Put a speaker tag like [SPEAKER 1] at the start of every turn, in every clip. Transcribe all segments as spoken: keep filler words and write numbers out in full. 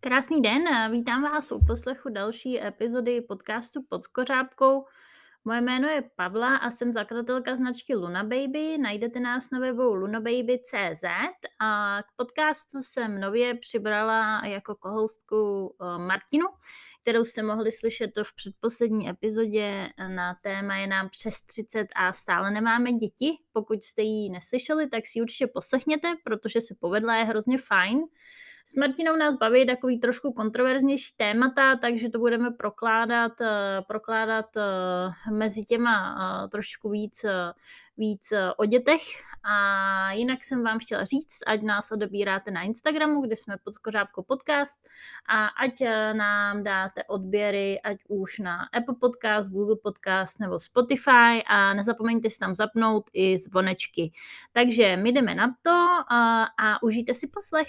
[SPEAKER 1] Krásný den, a vítám vás u poslechu další epizody podcastu Pod skořápkou. Moje jméno je Pavla a jsem zakladatelka značky Luna Baby. Najdete nás na webu lunababy tečka cé zet a k podcastu jsem nově přibrala jako kohostku Martinu, kterou jste mohli slyšet v předposlední epizodě na téma Je nám přes třicet a stále nemáme děti. Pokud jste ji neslyšeli, tak si ji určitě poslechněte, protože se povedla, je hrozně fajn. S Martinou nás baví takový trošku kontroverznější témata, takže to budeme prokládat, prokládat mezi těma trošku víc, víc o dětech. A jinak jsem vám chtěla říct, ať nás odebíráte na Instagramu, kde jsme Pod skořápkou podcast, a ať nám dáte odběry, ať už na Apple Podcast, Google Podcast nebo Spotify, a nezapomeňte si tam zapnout i zvonečky. Takže my jdeme na to a, a užijte si poslech.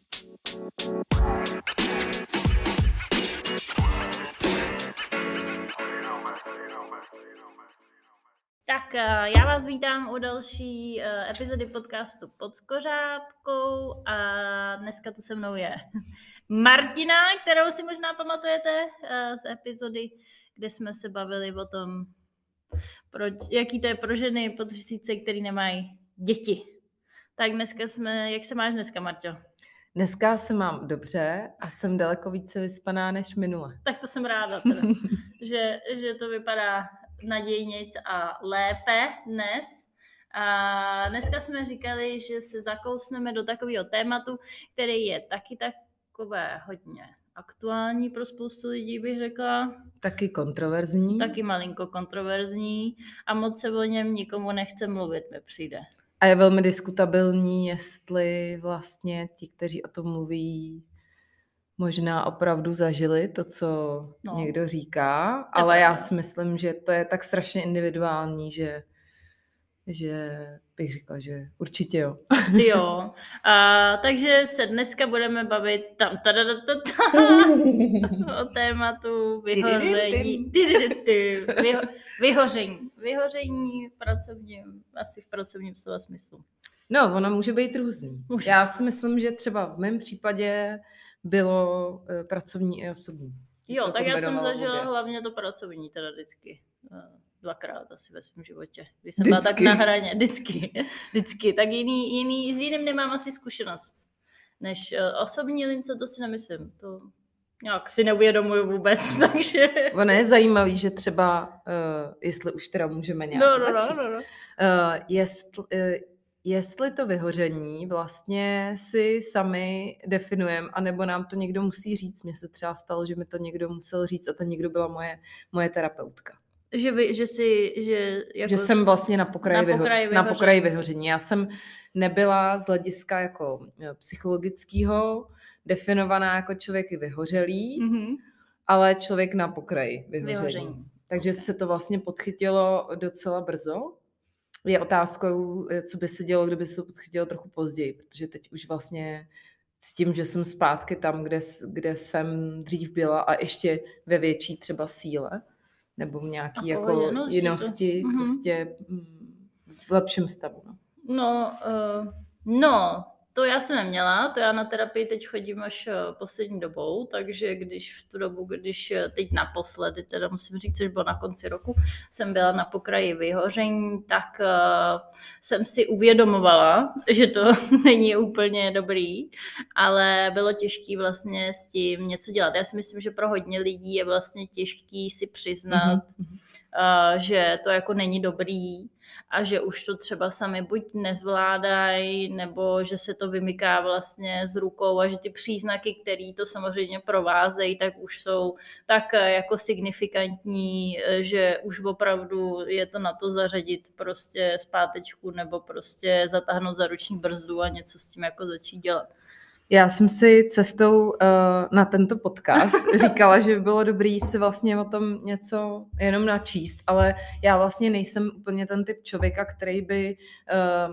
[SPEAKER 1] Tak já vás vítám u další epizody podcastu Pod skořápkou a dneska tu se mnou je Martina, kterou si možná pamatujete z epizody, kde jsme se bavili o tom, proč, jaký to je pro ženy po třicítce, který nemají děti. Tak dneska jsme, jak se máš dneska, Marťo?
[SPEAKER 2] Dneska se mám dobře a jsem daleko více vyspaná než minule.
[SPEAKER 1] Tak to jsem ráda teda, že, že to vypadá nadějnějc a lépe dnes. A dneska jsme říkali, že se zakousneme do takového tématu, který je taky takové hodně aktuální pro spoustu lidí, bych řekla.
[SPEAKER 2] Taky kontroverzní.
[SPEAKER 1] Taky malinko kontroverzní a moc se o něm nikomu nechce mluvit, mi přijde.
[SPEAKER 2] A je velmi diskutabilní, jestli vlastně ti, kteří o tom mluví, možná opravdu zažili to, co no. někdo říká, ale já si myslím, že to je tak strašně individuální, že, že bych řekla, že určitě jo.
[SPEAKER 1] Asi jo. A, takže se dneska budeme bavit tam o tématu vyhoření. Vyho, vyhoření. Vyhoření v pracovním, asi v pracovním slova smyslu.
[SPEAKER 2] No, ono může být různý. Může. Já si myslím, že třeba v mém případě bylo uh, pracovní i osobní.
[SPEAKER 1] Jo, tak já jsem zažila obě. Hlavně to pracovní teda vždycky. Dvakrát asi ve svém životě. Když jsem byla tak na hraně. Vždycky. Vždycky. Tak jiný, jiný, s jiným nemám asi zkušenost. Než uh, osobní lince, to si nemyslím. To nějak si neuvědomuju vůbec, takže...
[SPEAKER 2] Ono je zajímavý, že třeba, uh, jestli už teda můžeme nějak
[SPEAKER 1] no, no,
[SPEAKER 2] začít.
[SPEAKER 1] No, no, no.
[SPEAKER 2] Uh, jestli... Uh, Jestli to vyhoření vlastně si sami definujeme, anebo nám to někdo musí říct. Mně se třeba stalo, že mi to někdo musel říct a ta někdo byla moje, moje terapeutka.
[SPEAKER 1] Že, vy, že, si, že, jako
[SPEAKER 2] že jsem vlastně na pokraji, na, pokraji vyho- na pokraji vyhoření. Já jsem nebyla z hlediska jako psychologického definovaná jako člověk vyhořelý, mm-hmm. ale člověk na pokraji vyhoření. vyhoření. Takže okay. se to vlastně podchytilo docela brzo. Je otázkou, co by se dělo, kdyby se to podchytilo trochu později, protože teď už vlastně cítím, že jsem zpátky tam, kde, kde jsem dřív byla a ještě ve větší třeba síle nebo v nějaký jako no, jinosti, to... prostě v lepším stavu. No,
[SPEAKER 1] no, uh, no to já jsem neměla, to já na terapii teď chodím až poslední dobou, takže když v tu dobu, když teď naposledy, teda musím říct, že bylo na konci roku, jsem byla na pokraji vyhoření, tak uh, jsem si uvědomovala, že to není úplně dobrý, ale bylo těžké vlastně s tím něco dělat. Já si myslím, že pro hodně lidí je vlastně těžký si přiznat, mm-hmm. uh, že to jako není dobrý, a že už to třeba sami buď nezvládají, nebo že se to vymyká vlastně z rukou a že ty příznaky, které to samozřejmě provázejí, tak už jsou tak jako signifikantní, že už opravdu je to na to zařadit prostě zpátečku nebo prostě zatáhnout za ruční brzdu a něco s tím jako začít dělat.
[SPEAKER 2] Já jsem si cestou uh, na tento podcast říkala, že by bylo dobrý si vlastně o tom něco jenom načíst, ale já vlastně nejsem úplně ten typ člověka, který by uh,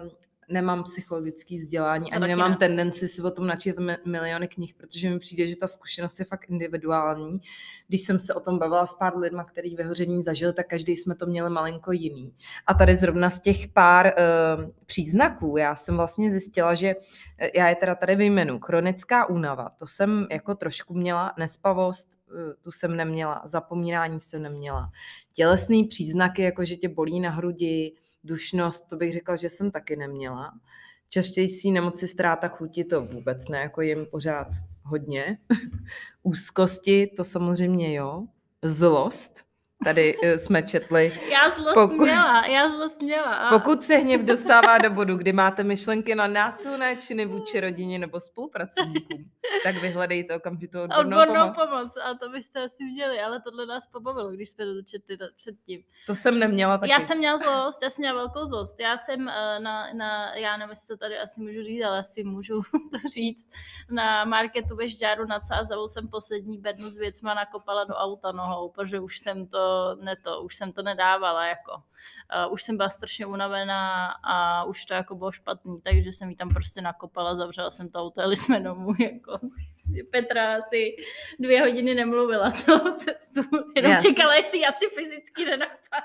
[SPEAKER 2] nemám psychologické vzdělání, ani nemám ne. tendenci si o tom načít miliony knih, protože mi přijde, že ta zkušenost je fakt individuální. Když jsem se o tom bavila s pár lidma, který vyhoření zažili, tak každý jsme to měli malinko jiný. A tady zrovna z těch pár uh, příznaků já jsem vlastně zjistila, že já je teda tady vyjmenu. Chronická únava, to jsem jako trošku měla, nespavost, tu jsem neměla, zapomínání jsem neměla. Tělesný příznaky, jako že tě bolí na hrudi, dušnost, to bych řekla, že jsem taky neměla. Častější nemoci, ztráta chuti, to vůbec ne, jako jim pořád hodně. Úzkosti, to samozřejmě jo. Zlost, tady jsme četli.
[SPEAKER 1] Já zlost pokud, měla, já zlost měla.
[SPEAKER 2] Pokud se hněv dostává do bodu, kdy máte myšlenky na násilné činy vůči rodině nebo spolupracovníkům, tak vyhledejte okamžitou odbornou,
[SPEAKER 1] odbornou pomoc. pomoc. A to byste asi viděli, ale tohle nás pobavilo, když jsme to četli předtím.
[SPEAKER 2] To jsem neměla taky.
[SPEAKER 1] Já jsem měla zlost, já jsem měla velkou zlost. Já jsem na, na já nevím, jestli to tady asi můžu říct, ale asi můžu to říct, na marketu ve Žďáru nad Sázavou jsem poslední bednu s věcma nakopala do auta nohou, protože už jsem to ne to, už jsem to nedávala, jako. Uh, už jsem byla strašně unavená a už to jako bylo špatný, takže jsem jí tam prostě nakopala, zavřela jsem to auto, jeli jsme domů, jako. Petra asi dvě hodiny nemluvila celou cestu, jenom yes. čekala, jestli asi fyzicky nenapadá.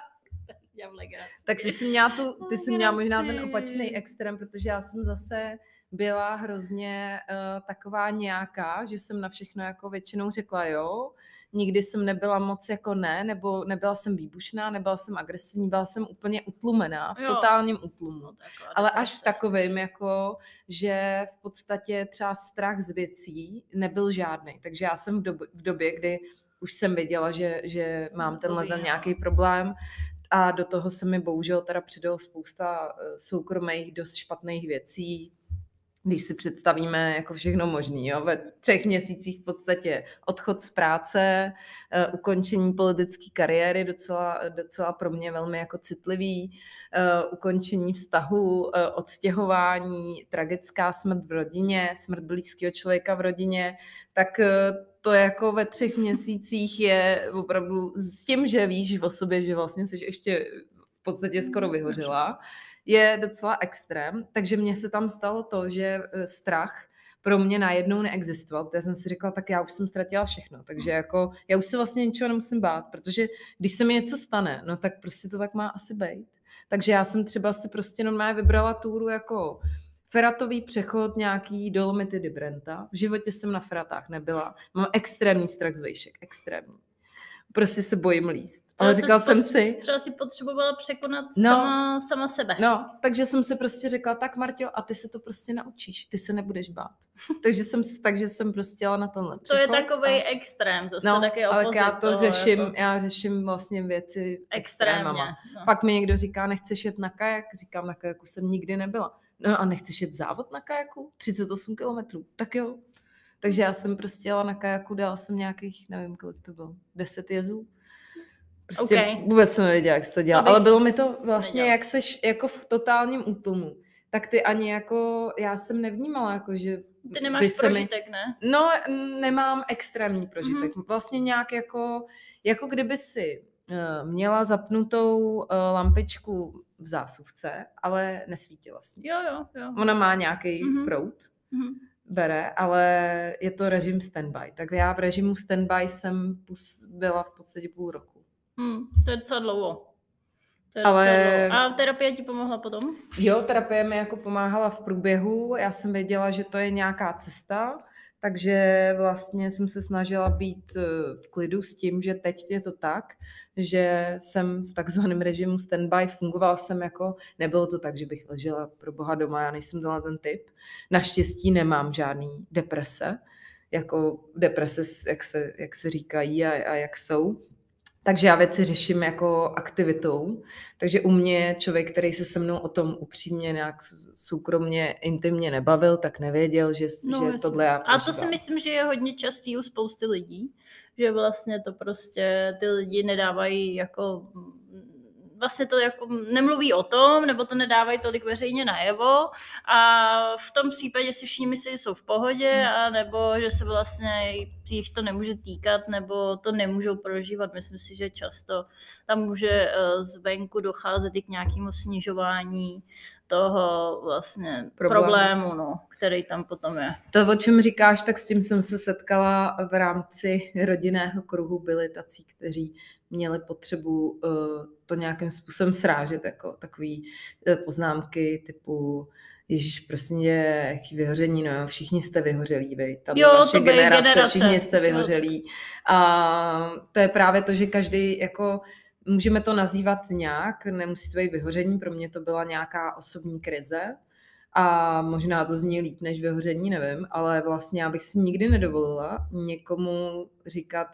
[SPEAKER 2] Tak ty jsi měla, tu, ty jsi měla možná ten opačný extrém, protože já jsem zase byla hrozně uh, taková nějaká, že jsem na všechno jako většinou řekla jo. Nikdy jsem nebyla moc jako ne, nebo nebyla jsem výbušná, nebyla jsem agresivní, byla jsem úplně utlumená, v jo. totálním utlumu. No, ale až v takovém, jako, že v podstatě třeba strach z věcí nebyl žádný. Takže já jsem v době, v době kdy už jsem věděla, že, že mám tenhle ten nějaký problém, a do toho se mi bohužel teda přidalo spousta soukromých, dost špatných věcí. Když si představíme jako všechno možný, jo? Ve třech měsících v podstatě odchod z práce, uh, ukončení politické kariéry, docela, docela pro mě velmi jako citlivý, uh, ukončení vztahu, uh, odstěhování, tragická smrt v rodině, smrt blízkého člověka v rodině, tak uh, to jako ve třech měsících je opravdu s tím, že víš o sobě, že vlastně jsi ještě v podstatě skoro vyhořela, je docela extrém, takže mně se tam stalo to, že strach pro mě najednou neexistoval, protože jsem si řekla, tak já už jsem ztratila všechno, takže jako já už se vlastně ničeho nemusím bát, protože když se mi něco stane, no tak prostě to tak má asi být. Takže já jsem třeba si prostě normálně vybrala túru jako feratový přechod, nějaký Dolomity di Brenta. V životě jsem na feratách nebyla. Mám extrémní strach z vejšek, extrémní. Prostě se bojím líst. Ale říkala jsem si...
[SPEAKER 1] Třeba si potřebovala překonat no, sama, sama sebe.
[SPEAKER 2] No, takže jsem si prostě řekla, tak Marťo, a ty se to prostě naučíš, ty se nebudeš bát. takže, jsem, takže jsem prostě jela na tenhle přechod.
[SPEAKER 1] To je takovej a... extrém, zase
[SPEAKER 2] no,
[SPEAKER 1] taky
[SPEAKER 2] opozit. Ale já to toho, řeším, jako... já řeším vlastně věci extrémně. No. Pak mi někdo říká, nechceš jet na kajak? Říkám, na kajaku jsem nikdy nebyla. No a nechceš jet závod na kajaku? třicet osm kilometrů. Tak jo. Takže já jsem prostě jela na kajaku, dala jsem nějakých, nevím, kolik to bylo, deset jezů. Prostě okay. Vůbec jsem nevěděla, jak se to dělá. To ale bylo mi to vlastně, nedělal. Jak seš jako v totálním útlumu. Tak ty ani jako, já jsem nevnímala, jako že...
[SPEAKER 1] Ty nemáš prožitek, mi... ne?
[SPEAKER 2] No, nemám extrémní prožitek. Mm-hmm. Vlastně nějak jako, jako kdyby si uh, měla zapnutou uh, lampičku v zásuvce, ale nesvítí vlastně.
[SPEAKER 1] Jo, jo, jo.
[SPEAKER 2] Ona má nějaký mm-hmm. proud. Mm-hmm. Bere, ale je to režim standby. Tak já v režimu standby jsem byla v podstatě půl roku.
[SPEAKER 1] Hmm, to je docela dlouho. To je ale... docela dlouho. A terapie ti pomohla potom?
[SPEAKER 2] Jo, terapie mi jako pomáhala v průběhu. Já jsem věděla, že to je nějaká cesta, takže vlastně jsem se snažila být v klidu s tím, že teď je to tak, že jsem v takzvaném režimu standby, fungovala jsem jako, nebylo to tak, že bych ležela pro boha doma, já nejsem tenhle ten typ. Naštěstí nemám žádný deprese, jako deprese, jak se, jak se říkají a, a jak jsou. Takže já věci řeším jako aktivitou. Takže u mě člověk, který se se mnou o tom upřímně nějak soukromně, intimně nebavil, tak nevěděl, že, no, že tohle já prožívám.
[SPEAKER 1] A to si myslím, že je hodně častý u spousty lidí, že vlastně to prostě ty lidi nedávají jako... Vlastně to jako nemluví o tom, nebo to nedávají tolik veřejně najevo a v tom případě si všichni myslí, že jsou v pohodě, a nebo že se vlastně jich to nemůže týkat, nebo to nemůžou prožívat. Myslím si, že často tam může zvenku docházet i k nějakému snižování toho vlastně problému, problému no, který tam potom je.
[SPEAKER 2] To, o čem říkáš, tak s tím jsem se setkala v rámci rodinného kruhu. Byli tací, kteří měli potřebu uh, to nějakým způsobem srážet, jako takový uh, poznámky typu Ježíš, prosím tě, jaký vyhoření, no všichni jste vyhořelí, vej. Tam
[SPEAKER 1] jo,
[SPEAKER 2] naše generace,
[SPEAKER 1] generace,
[SPEAKER 2] všichni jste vyhořelí. Jo. A to je právě to, že každý, jako, můžeme to nazývat nějak, nemusí to být vyhoření, pro mě to byla nějaká osobní krize a možná to zní líp než vyhoření, nevím, ale vlastně já bych si nikdy nedovolila někomu říkat,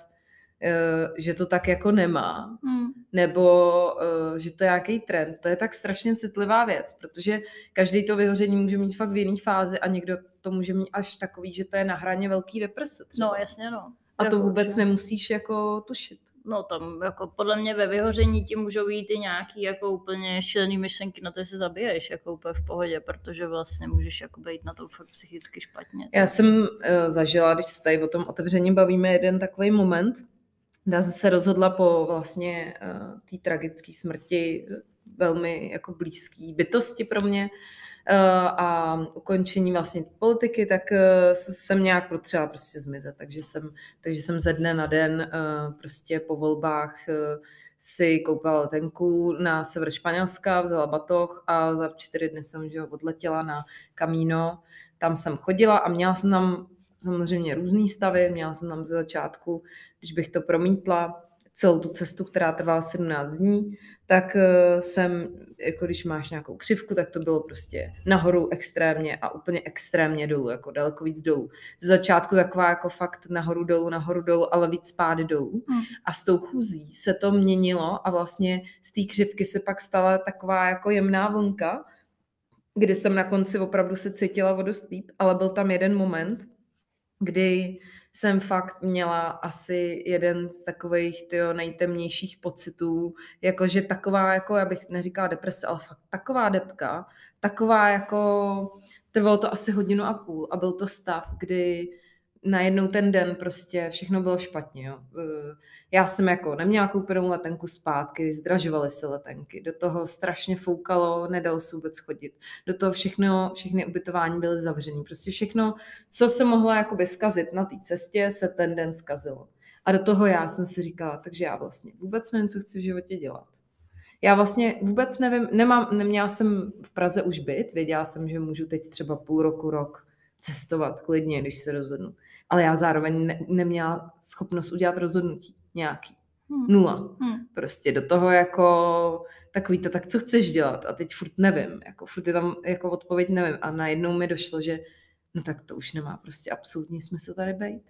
[SPEAKER 2] že to tak jako nemá, hmm. nebo že to je nějaký trend. To je tak strašně citlivá věc, protože každý to vyhoření může mít fakt v jiný fázi a někdo to může mít až takový, že to je na hraně velký deprese třeba.
[SPEAKER 1] No jasně, no.
[SPEAKER 2] A
[SPEAKER 1] jako
[SPEAKER 2] to vůbec
[SPEAKER 1] určitě
[SPEAKER 2] nemusíš jako tušit.
[SPEAKER 1] No tam jako podle mě ve vyhoření ti můžou být i nějaký jako úplně šílený myšlenky, na to se zabiješ jako úplně v pohodě, protože vlastně můžeš jako být na to fakt psychicky špatně.
[SPEAKER 2] Já jsem uh, zažila, když se tady o tom otevřeně bavíme, jeden takový moment, kdy jsem se rozhodla po vlastně uh, té tragické smrti velmi jako blízký bytosti pro mě uh, a ukončení vlastně té politiky, tak uh, jsem nějak potřeba prostě zmizet, takže jsem, takže jsem ze dne na den uh, prostě po volbách uh, si koupila letenku na sever Španělska, vzala batoh a za čtyři dny jsem že, odletěla na Camino. Tam jsem chodila a měla jsem tam samozřejmě různý stavy, měla jsem tam ze začátku, když bych to promítla, celou tu cestu, která trvala sedmnáct dní, tak jsem, jako když máš nějakou křivku, tak to bylo prostě nahoru extrémně a úplně extrémně dolů, jako daleko víc dolů. Ze začátku taková jako fakt nahoru dolů, nahoru dolů, ale víc spády dolů. Hmm. A s tou chůzí se to měnilo a vlastně z té křivky se pak stala taková jako jemná vlnka, kdy jsem na konci opravdu se cítila o dost líp, ale byl tam jeden moment, kdy jsem fakt měla asi jeden z takových tyjo, nejtemnějších pocitů, jakože taková, jako já bych neříkala deprese, ale fakt taková depka, taková jako, trvalo to asi hodinu a půl a byl to stav, kdy najednou ten den prostě všechno bylo špatně. Jo. Já jsem jako neměla koupenou letenku zpátky, zdražovaly se letenky, do toho strašně foukalo, nedalo se vůbec chodit. Do toho všechno, všechny ubytování byly zavřený. Prostě všechno, co se mohlo jakoby zkazit na té cestě, se ten den zkazilo. A do toho já jsem si říkala, takže já vlastně vůbec nevím, co chci v životě dělat. Já vlastně vůbec nevím, nemám, neměla jsem v Praze už byt, věděla jsem, že můžu teď třeba půl roku, rok cestovat klidně, když se rozhodnu. Ale já zároveň ne, neměla schopnost udělat rozhodnutí nějaký. Hmm. Nula. Hmm. Prostě do toho jako takový to, tak co chceš dělat? A teď furt nevím. Jako furt je tam jako odpověď nevím. A najednou mi došlo, že no tak to už nemá prostě absolutní smysl tady být.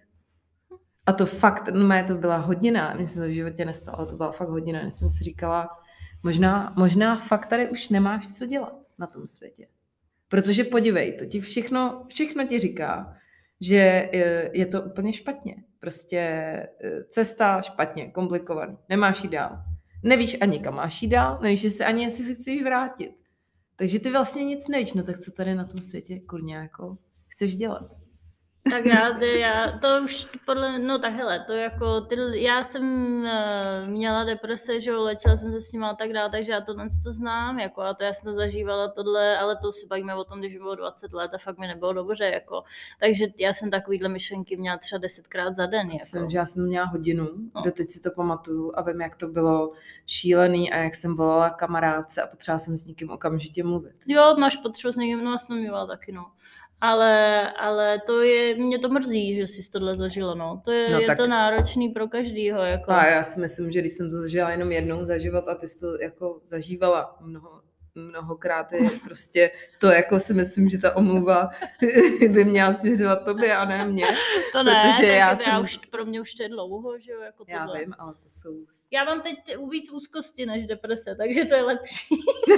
[SPEAKER 2] A to fakt, no to byla hodina, mně se to v životě nestalo, to byla fakt hodina, když jsem si říkala, možná, možná fakt tady už nemáš co dělat na tom světě. Protože podívej, to ti všechno, všechno ti říká, že je to úplně špatně. Prostě cesta špatně, komplikovaný. Nemáš jí dál. Nevíš ani kam máš jí dál, nevíš jestli ani jestli si chceš vrátit. Takže ty vlastně nic nevíš, no tak co tady na tom světě kurně jako chceš dělat?
[SPEAKER 1] Tak já, já to už podle, no tak hele, to jako, ty, já jsem uh, měla deprese, že jo, léčila jsem se s ním a tak dále, takže já to dnes to znám, jako a to já jsem to zažívala tohle, ale to si bavíme o tom, když bylo dvacet let a fakt mi nebylo dobře, jako, takže já jsem takovýhle myšlenky měla třeba desetkrát za den, jako.
[SPEAKER 2] Jsem, že já jsem měla hodinu, no. Doteď si to pamatuju a vím, jak to bylo šílený a jak jsem volala kamarádce a potřeba jsem s někým okamžitě mluvit.
[SPEAKER 1] Jo, máš potřebu s někým, no já jsem měla taky, no. Ale, ale to je, mě to mrzí, že jsi tohle zažila, no. To je, no, je to náročný pro každýho, jako.
[SPEAKER 2] A já si myslím, že když jsem to zažila jenom jednou za život a ty jsi to jako zažívala mnoho, mnohokrát, je prostě to jako si myslím, že ta omluva by měla svěřovat tobě a ne mě.
[SPEAKER 1] To ne, protože já, já jsem... už, pro mě už to je dlouho, že jo, jako
[SPEAKER 2] já
[SPEAKER 1] tohle.
[SPEAKER 2] vím, ale to jsou...
[SPEAKER 1] Já mám teď víc úzkosti než deprese, takže to je lepší.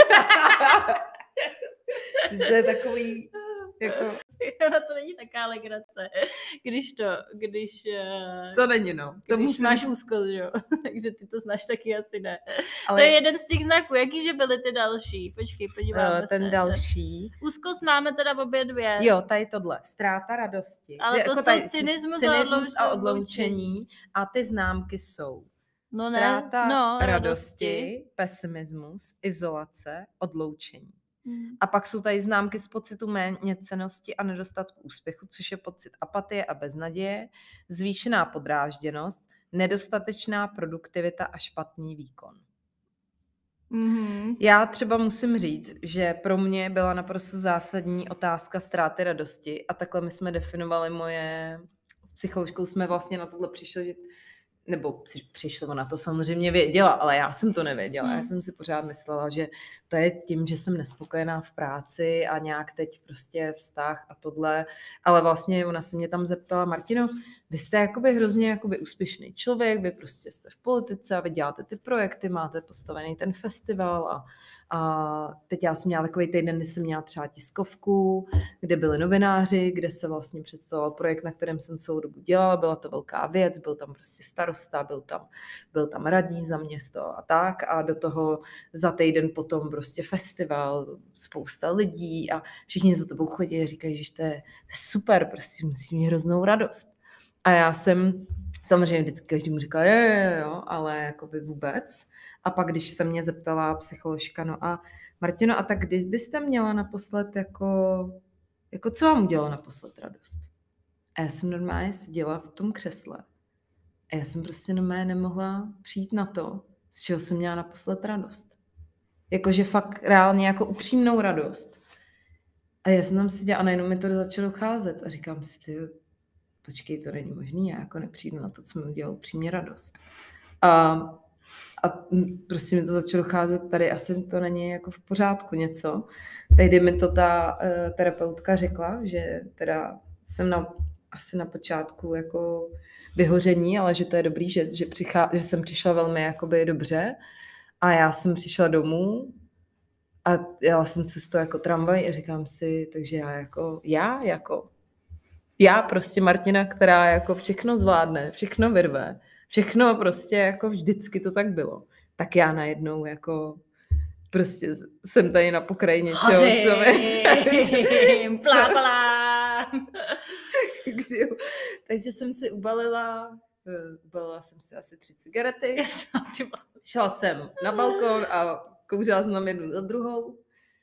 [SPEAKER 2] To je takový... Jako...
[SPEAKER 1] Ona to není taká legrace, když to, když...
[SPEAKER 2] To není, no.
[SPEAKER 1] To když máš být... úzkost, jo. Takže ty to znáš taky asi ne. Ale... To je jeden z těch znaků. Jaký že byly ty další? Počkej, podíváme
[SPEAKER 2] uh, ten se. další.
[SPEAKER 1] Úzkost máme teda obě dvě.
[SPEAKER 2] Jo, tady tohle. Ztráta radosti.
[SPEAKER 1] Ale to
[SPEAKER 2] jako
[SPEAKER 1] jsou
[SPEAKER 2] tady,
[SPEAKER 1] cynismus,
[SPEAKER 2] cynismus a odloučení. A ty známky jsou
[SPEAKER 1] no
[SPEAKER 2] ztráta
[SPEAKER 1] ne. No,
[SPEAKER 2] radosti, radosti, pesimismus, izolace, odloučení. Mm. A pak jsou tady známky z pocitu méněcennosti a nedostatku úspěchu, což je pocit apatie a beznaděje, zvýšená podrážděnost, nedostatečná produktivita a špatný výkon.
[SPEAKER 1] Mm-hmm.
[SPEAKER 2] Já třeba musím říct, že pro mě byla naprosto zásadní otázka ztráty radosti a takhle my jsme definovali moje, s psycholožkou jsme vlastně na tohle přišli, že nebo přišlo na to samozřejmě věděla, ale já jsem to nevěděla. Hmm. Já jsem si pořád myslela, že to je tím, že jsem nespokojená v práci a nějak teď prostě vztah a tohle. Ale vlastně ona se mě tam zeptala, Martino, vy jste jakoby hrozně jakoby úspěšný člověk, vy prostě jste v politice a vy děláte ty projekty, máte postavený ten festival a, a teď já jsem měla takový týden, kdy jsem měla třeba tiskovku, kde byli novináři, kde se vlastně představoval projekt, na kterém jsem celou dobu dělala, byla to velká věc, byl tam prostě starosta, byl tam, byl tam radní za město a tak a do toho za týden potom prostě festival, spousta lidí a všichni za tebou chodí a říkají, že to je, to je super, prostě musí mít hroznou radost. A já jsem samozřejmě vždycky každému říkala, jo, jo, jo, ale jakoby vůbec. A pak, když se mě zeptala psycholožka, no a Martino, a tak kdy byste měla naposled jako, jako co vám udělalo naposled radost? A já jsem normálně seděla v tom křesle. A já jsem prostě normálně nemohla přijít na to, z čeho jsem měla naposled radost. Jakože fakt reálně jako upřímnou radost. A já jsem tam seděla a najednou mi to začalo cházet a říkám si, ty, počkej, to není možný, já jako nepřijdu na to, co mi udělalo upřímně radost. A, a prostě mi to začalo cházet, tady asi to není jako v pořádku něco. Tehdy mi to ta uh, terapeutka řekla, že teda jsem na, asi na počátku jako vyhoření, ale že to je dobrý, že, že, přichá, že jsem přišla velmi jakoby dobře a já jsem přišla domů a jela jsem cestou jako tramvaj a říkám si, takže já jako, já jako Já prostě Martina, která jako všechno zvládne, všechno vyrve, všechno prostě jako vždycky to tak bylo. Tak já najednou jako prostě jsem tady na pokraji něčeho,
[SPEAKER 1] Hořím,
[SPEAKER 2] co mi...
[SPEAKER 1] plápala.
[SPEAKER 2] Takže jsem si ubalila, ubalila jsem si asi tři cigarety, šla jsem na balkon a kouřila jsem tam jednu za druhou.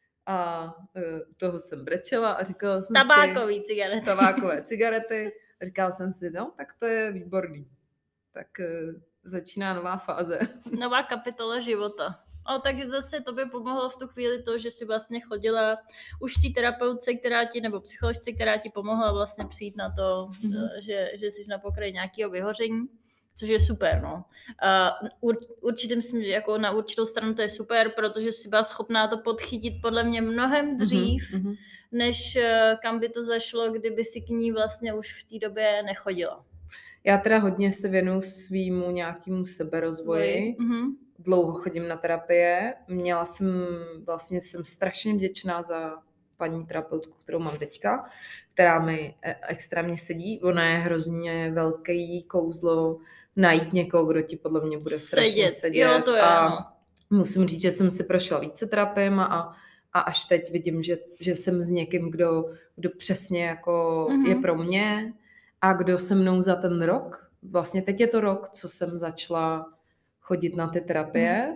[SPEAKER 2] A uh, toho jsem brečela a říkala jsem
[SPEAKER 1] Tabákový
[SPEAKER 2] si...
[SPEAKER 1] cigarety.
[SPEAKER 2] Tabákové cigarety. A říkala jsem si, no, tak to je výborný. Tak uh, začíná nová fáze.
[SPEAKER 1] Nová kapitola života. O, tak zase to by pomohlo v tu chvíli to, že si vlastně chodila už tí terapeutce, která ti, nebo psycholožce, která ti pomohla vlastně přijít na to, mm-hmm. že, že jsi na pokraji nějakého vyhoření. Což je super, no. Uh, určitým, jako na určitou stranu to je super, protože jsi byla schopná to podchytit podle mě mnohem dřív, mm-hmm. než uh, kam by to zašlo, kdyby si k ní vlastně už v té době nechodila.
[SPEAKER 2] Já teda hodně se věnuju svýmu nějakému seberozvoji. Mm-hmm. Dlouho chodím na terapie. Měla jsem, vlastně jsem strašně vděčná za paní terapeutku, kterou mám teďka, která mi extrémně sedí. Ona je hrozně velký kouzlo najít někoho, kdo ti podle mě bude strašně sedět. sedět.
[SPEAKER 1] Jo, to je,
[SPEAKER 2] a
[SPEAKER 1] no.
[SPEAKER 2] Musím říct, že jsem si prošla více terapiema a, a až teď vidím, že, že jsem s někým, kdo, kdo přesně jako mm-hmm. je pro mě a kdo se mnou za ten rok, vlastně teď je to rok, co jsem začala chodit na ty terapie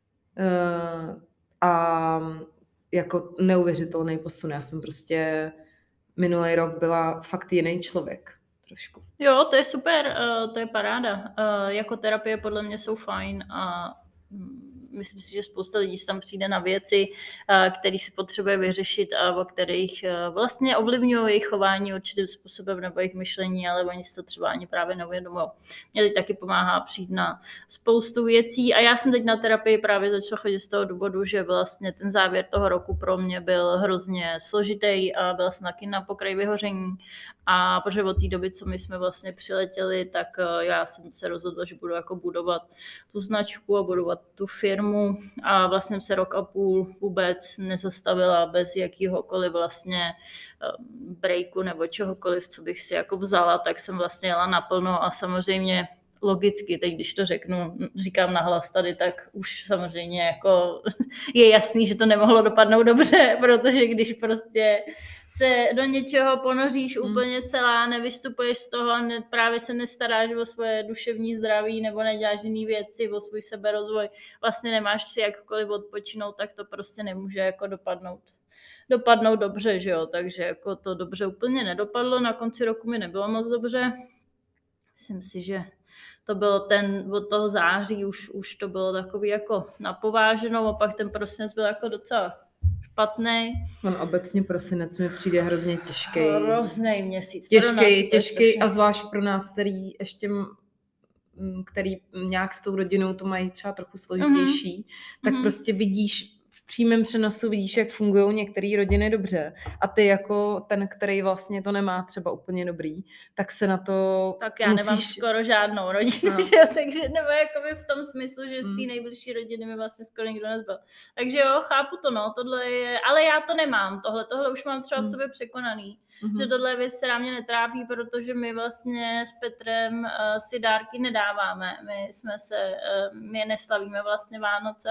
[SPEAKER 2] mm. uh, a jako neuvěřitelný posun. Já jsem prostě minulý rok byla fakt jiný člověk. Trošku.
[SPEAKER 1] Jo, to je super, uh, to je paráda. Uh, jako terapie podle mě jsou fajn a myslím si, že spousta lidí tam přijde na věci, které si potřebuje vyřešit a o kterých vlastně ovlivňují jejich chování určitým způsobem nebo jejich myšlení, ale oni si to třeba ani právě neuvědomují. Mě teď taky pomáhá přijít na spoustu věcí a já jsem teď na terapii právě začala chodit z toho důvodu, že vlastně ten závěr toho roku pro mě byl hrozně složitý a byla jsem taky na pokraji vyhoření a protože od té doby, co my jsme vlastně přiletěli, tak já jsem se rozhodla, že budu jako budovat tu značku a budovat tu firmu a vlastně jsem se rok a půl vůbec nezastavila bez jakýhokoliv vlastně breaku nebo čehokoliv, co bych si jako vzala, tak jsem vlastně jela naplno a samozřejmě logicky, teď když to řeknu, říkám nahlas tady, tak už samozřejmě jako je jasný, že to nemohlo dopadnout dobře, protože když prostě se do něčeho ponoříš mm. úplně celá, nevystupuješ z toho, ne, právě se nestaráš o svoje duševní zdraví nebo neděláš jiný věci, o svůj seberozvoj, vlastně nemáš si jakkoliv odpočinout, tak to prostě nemůže jako dopadnout. dopadnout dobře, že jo, takže jako to dobře úplně nedopadlo, na konci roku mi nebylo moc dobře. Myslím si, že to bylo ten, od toho září už, už to bylo takový jako napováženou a pak ten prosinec byl jako docela špatný.
[SPEAKER 2] On obecně prosinec mi přijde hrozně těžký.
[SPEAKER 1] Hrozný měsíc.
[SPEAKER 2] Těžký, těžký a zvlášť pro nás, který ještě který nějak s tou rodinou to mají třeba trochu složitější, mm-hmm. tak mm-hmm. prostě vidíš v přímém přenosu vidíš, jak fungují některé rodiny dobře a ty jako ten, který vlastně to nemá třeba úplně dobrý, tak se na to
[SPEAKER 1] Tak já
[SPEAKER 2] musíš...
[SPEAKER 1] nemám skoro žádnou rodinu, no. že? Takže nebo jakoby v tom smyslu, že z té nejbližší rodiny mi vlastně skoro nikdo nezbyl. Takže jo, chápu to, no, tohle je, ale já to nemám, tohle, tohle už mám třeba v sobě překonaný, mm-hmm. že tohle věc se na mě netrápí, protože my vlastně s Petrem uh, si dárky nedáváme, my jsme se, uh, my neslavíme vlastně Vánoce,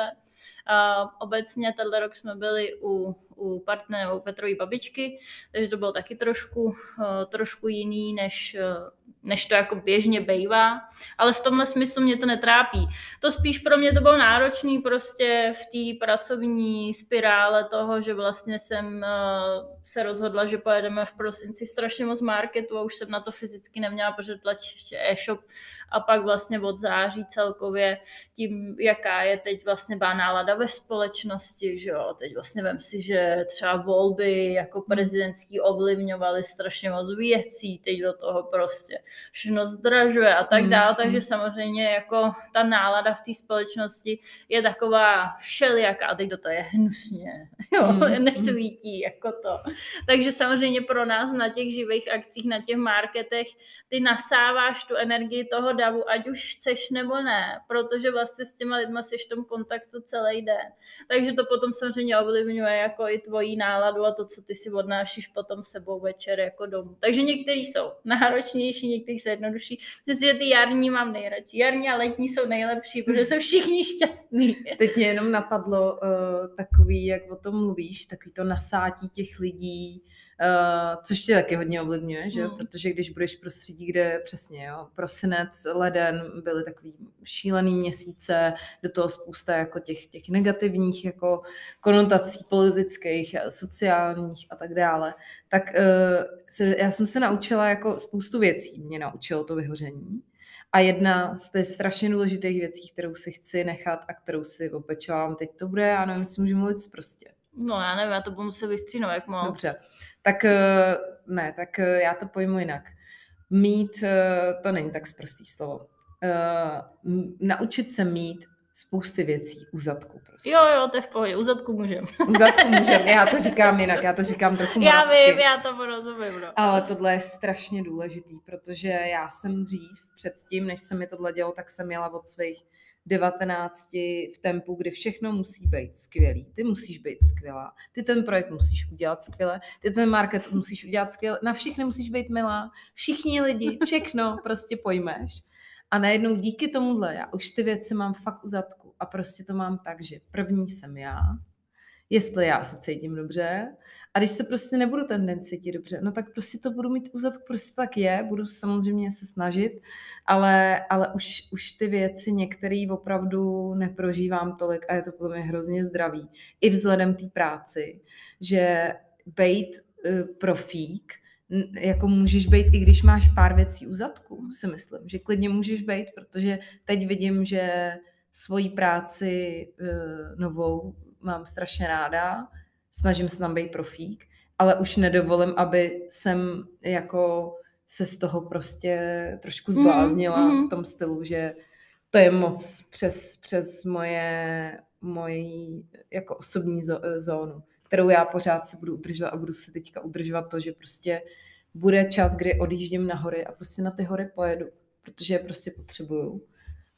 [SPEAKER 1] uh, obecně tenhle rok jsme byli u, u partnera nebo u Petrový babičky, takže to bylo taky trošku, uh, trošku jiný, než, uh, než to jako běžně bejvá, ale v tomhle smyslu mě to netrápí. To spíš pro mě to bylo náročný prostě v té pracovní spirále toho, že vlastně jsem uh, se rozhodla, že pojedeme v prosinci strašně moc marketu a už jsem na to fyzicky neměla, protože tlačí ještě e-shop a pak vlastně od září celkově tím, jaká je teď vlastně byla nálada ve společnosti, že jo, teď vlastně vem si, že třeba volby jako prezidentský ovlivňovaly strašně moc věcí, teď do toho prostě všechno zdražuje a tak dále, mm. takže samozřejmě jako ta nálada v té společnosti je taková všelijaká a teď do toho je hnusně, jo, mm. nesvítí jako to. Takže samozřejmě pro nás na těch živých akcích, na těch marketech, ty nasáváš tu energii toho davu, ať už chceš nebo ne, protože vlastně s těma lidma jsi v tom kontaktu celý den. Takže to potom samozřejmě ovlivňuje jako i tvoji náladu a to, co ty si odnášíš potom sebou večer jako domů. Takže některý jsou náročnější, některý jsou jednodušší. Myslím, že ty jarní mám nejradši. Jarní a letní jsou nejlepší, protože jsou všichni šťastní.
[SPEAKER 2] Teď mě jenom napadlo uh, takový, jak o tom mluvíš, takový to nasátí těch lidí, Uh, což tě taky hodně ovlivňuje, že? Mm. Protože když budeš v prostředí, kde přesně, jo, prosinec, leden byly takový šílený měsíce, do toho spousta jako těch, těch negativních jako konotací politických, sociálních a tak dále, tak uh, se, já jsem se naučila jako spoustu věcí, mě naučilo to vyhoření. A jedna z těch strašně důležitých věcí, kterou si chci nechat a kterou si opečovám, teď to bude, já nevím, jestli můžu mluvit prostě.
[SPEAKER 1] No já nevím, já to budu muset vystříhnout, jak moc.
[SPEAKER 2] Dobře, tak ne, tak já to pojmu jinak. Mít, to není tak sprostý slovo. Naučit se mít spousty věcí u zadku prostě.
[SPEAKER 1] Jo, jo, to je v pohodě, u zadku můžem.
[SPEAKER 2] U zadku můžem, já to říkám jinak, já to říkám trochu moravsky.
[SPEAKER 1] Já vím, já to rozumím, no.
[SPEAKER 2] Ale tohle je strašně důležitý, protože já jsem dřív, předtím, než se mi tohle dělo, tak jsem jela od svých devatenácti v tempu, kdy všechno musí být skvělý. Ty musíš být skvělá. Ty ten projekt musíš udělat skvěle. Ty ten market musíš udělat skvěle. Na všechny musíš být milá. Všichni lidi, všechno prostě pojmeš. A najednou díky tomuhle já už ty věci mám fakt u zadku. A prostě to mám tak, že první jsem já, jestli já se cítím dobře a když se prostě nebudu ten den cítit dobře, no tak prostě to budu mít u zadku, prostě tak je, budu samozřejmě se snažit, ale, ale už, už ty věci některé opravdu neprožívám tolik a je to podle mě hrozně zdravý. I vzhledem té práci, že bejt uh, profík, jako můžeš být, i když máš pár věcí u zadku, si myslím, že klidně můžeš být, protože teď vidím, že svoji práci uh, novou mám strašně ráda, snažím se tam být profík, ale už nedovolím, aby jsem jako se z toho prostě trošku zbláznila mm-hmm. v tom stylu, že to je moc přes, přes moje, moji jako osobní zónu, kterou já pořád se budu udržovat a budu se teďka udržovat to, že prostě bude čas, kdy odjíždím na hory a prostě na ty hory pojedu, protože je prostě potřebuju.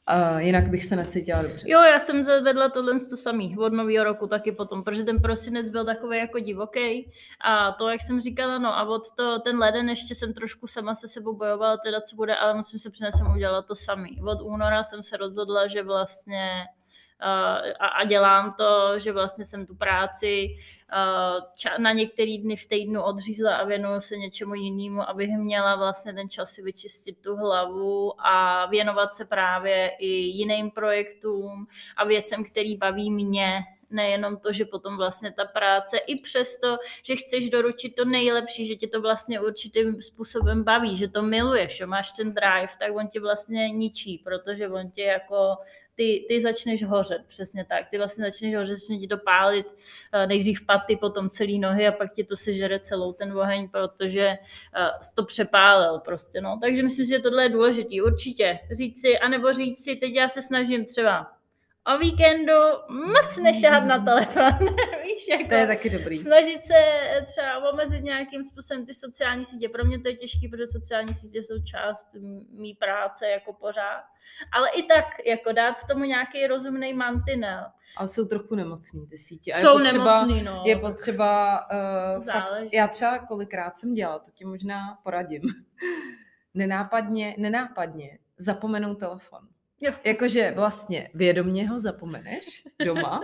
[SPEAKER 2] Uh, jinak bych se necítila dobře.
[SPEAKER 1] Jo, já jsem zavedla tohle to samý od nového roku taky potom, protože ten prosinec byl takový jako divoký a to, jak jsem říkala, no a od to, ten leden ještě jsem trošku sama se sebou bojovala, teda co bude, ale musím se přiznat, jsem udělala to samý. Od února jsem se rozhodla, že vlastně Uh, a, a dělám to, že vlastně jsem tu práci uh, ča- na některý dny v týdnu odřízla a věnuju se něčemu jinému, abych měla vlastně ten čas si vyčistit tu hlavu a věnovat se právě i jiným projektům a věcem, který baví mě. Nejenom to, že potom vlastně ta práce, i přesto, že chceš doručit to nejlepší, že tě to vlastně určitým způsobem baví, že to miluješ, že máš ten drive, tak on tě vlastně ničí, protože on tě jako, ty, ty začneš hořet, přesně tak, ty vlastně začneš hořet, začne ti to pálit nejdřív paty, potom celý nohy a pak ti to sežere celou ten oheň, protože to přepálil prostě, no. Takže myslím si, že tohle je důležitý, určitě říct si, anebo říct si, teď já se snažím třeba o víkendu moc nešahat na telefon, víš, jako
[SPEAKER 2] to je taky dobrý.
[SPEAKER 1] Snažit se třeba omezit nějakým způsobem ty sociální sítě. Pro mě to je těžké, protože sociální sítě jsou část mý práce jako pořád. Ale i tak, jako dát tomu nějaký rozumný mantinel.
[SPEAKER 2] Ale jsou trochu nemocný ty sítě.
[SPEAKER 1] A jsou je potřeba, nemocný, no.
[SPEAKER 2] Je potřeba, uh, fakt, já třeba kolikrát jsem dělala, to ti možná poradím, nenápadně, nenápadně zapomenout telefon. Jo. Jakože vlastně vědomě ho zapomeneš doma,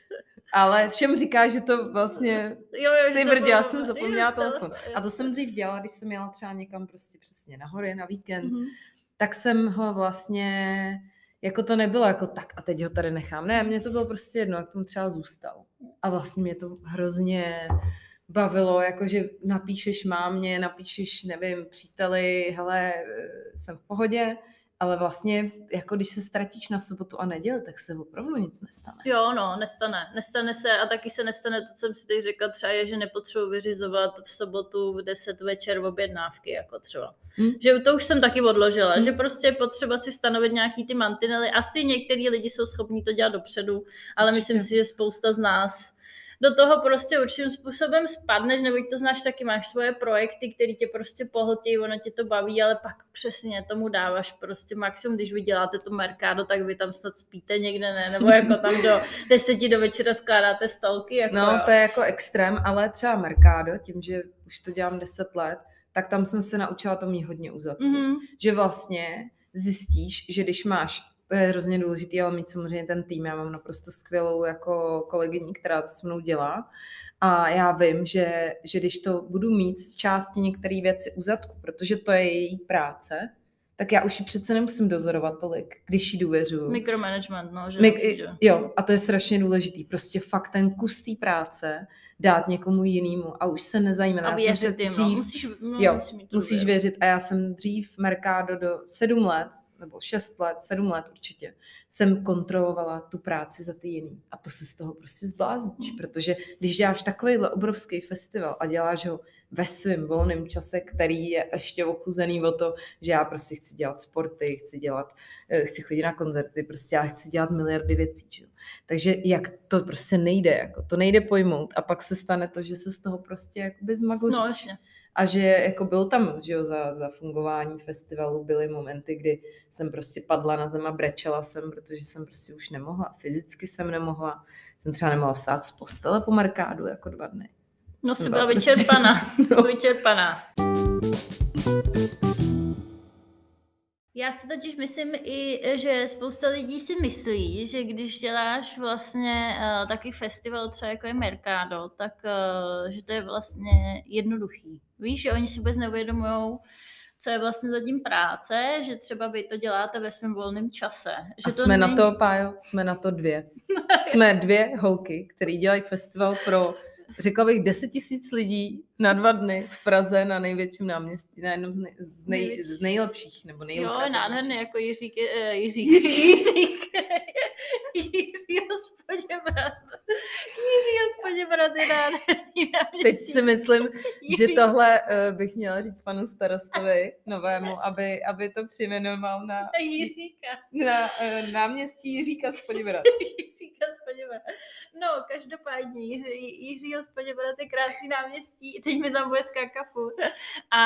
[SPEAKER 2] ale všem říká, že to vlastně, jo, jo, ty brdě, já jsem zapomněla jo, telefon. A to jsem dřív dělala, když jsem jela třeba někam prostě přesně na hory, na víkend, mm-hmm. tak jsem ho vlastně, jako to nebylo jako tak a teď ho tady nechám. Ne, mně to bylo prostě jedno, jak tomu třeba zůstal. A vlastně mě to hrozně bavilo, jakože napíšeš mámě, napíšeš, nevím, příteli, hele, jsem v pohodě, ale vlastně, jako když se ztratíš na sobotu a neděli, tak se opravdu nic nestane.
[SPEAKER 1] Jo, no, nestane. Nestane se a taky se nestane to, co jsem si teď řekla, třeba je, že nepotřebuji vyřizovat v sobotu v deset večer objednávky, jako třeba. Hmm. Že to už jsem taky odložila, hmm. že prostě je potřeba si stanovit nějaký ty mantinely. Asi některý lidi jsou schopní to dělat dopředu, ale určitě. Myslím si, že spousta z nás do toho prostě určitým způsobem spadneš, nebo to znáš taky, máš svoje projekty, které tě prostě pohltí, ono tě to baví, ale pak přesně tomu dáváš prostě maximum, když vy děláte to Mercado, tak vy tam snad spíte někde, ne, nebo jako tam do deseti do večera skládáte stolky. Jako
[SPEAKER 2] no,
[SPEAKER 1] jo.
[SPEAKER 2] To je jako extrém, ale třeba Mercado, tím, že už to dělám deset let, tak tam jsem se naučila to mít hodně uzadku. Mm-hmm. Že vlastně zjistíš, že když máš, to je hrozně důležitý, ale mít samozřejmě ten tým. Já mám naprosto skvělou jako kolegyni, která to se mnou dělá. A já vím, že, že když to budu mít z části některé věci u zadku, protože to je její práce, tak já už ji přece nemusím dozorovat tolik, když jí důvěřuju.
[SPEAKER 1] Micromanagement, no. Že
[SPEAKER 2] Mik- jo, a to je strašně důležitý. Prostě fakt ten kus té práce dát někomu jinému a už se nezajímat.
[SPEAKER 1] A věřit jim, no. Musíš, no,
[SPEAKER 2] jo,
[SPEAKER 1] musí
[SPEAKER 2] musíš věřit. A já jsem dřív Mercado do sedm let, nebo šest let, sedm let určitě, jsem kontrolovala tu práci za ty jiný. A to se z toho prostě zblázníš, mm. protože když děláš takovýhle obrovský festival a děláš ho ve svém volném čase, který je ještě ochuzený o to, že já prostě chci dělat sporty, chci dělat, chci chodit na koncerty, prostě já chci dělat miliardy věcí. Že? Takže jak to prostě nejde, jako to nejde pojmout a pak se stane to, že se z toho prostě jakoby zmagoříš.
[SPEAKER 1] No, jasně.
[SPEAKER 2] A že jako byl tam, že jo, za, za fungování festivalu byly momenty, kdy jsem prostě padla na zem a brečela jsem, protože jsem prostě už nemohla, fyzicky jsem nemohla, jsem třeba nemohla vstát z postele po Mercádu jako dva dny.
[SPEAKER 1] No jsi byla prostě vyčerpaná, no. vyčerpaná. Já si totiž myslím i, že spousta lidí si myslí, že když děláš vlastně uh, taky festival třeba jako je Mercado, tak uh, že to je vlastně jednoduchý. Víš, že oni si vůbec neuvědomujou, co je vlastně za tím práce, že třeba vy to děláte ve svém volném čase. Že
[SPEAKER 2] a to jsme není... na to, Pájo, jsme na to dvě. Jsme dvě holky, které dělají festival pro, řekla bych, deset tisíc lidí na dva dny v Praze na největším náměstí, na jednom z, nej, z, nej, z nejlepších, nebo nejlepších.
[SPEAKER 1] Jo, nádherný, jako Jiřík, uh, Jiřík, Jiřík, Jiří hospodě brat. Jiří hospodě brat je nádherný náměstí.
[SPEAKER 2] Teď si myslím, Jiří. Že tohle uh, bych měla říct panu starostovi novému, aby, aby to přejmenoval na,
[SPEAKER 1] Jiříka.
[SPEAKER 2] na uh, náměstí Jiříka hospodě brat.
[SPEAKER 1] Jiříka hospodě Hospoděbora. No, každopádně Jiří, Jiří Hospoděbora, ty krásný náměstí, teď mi tam bude skákat furt. A,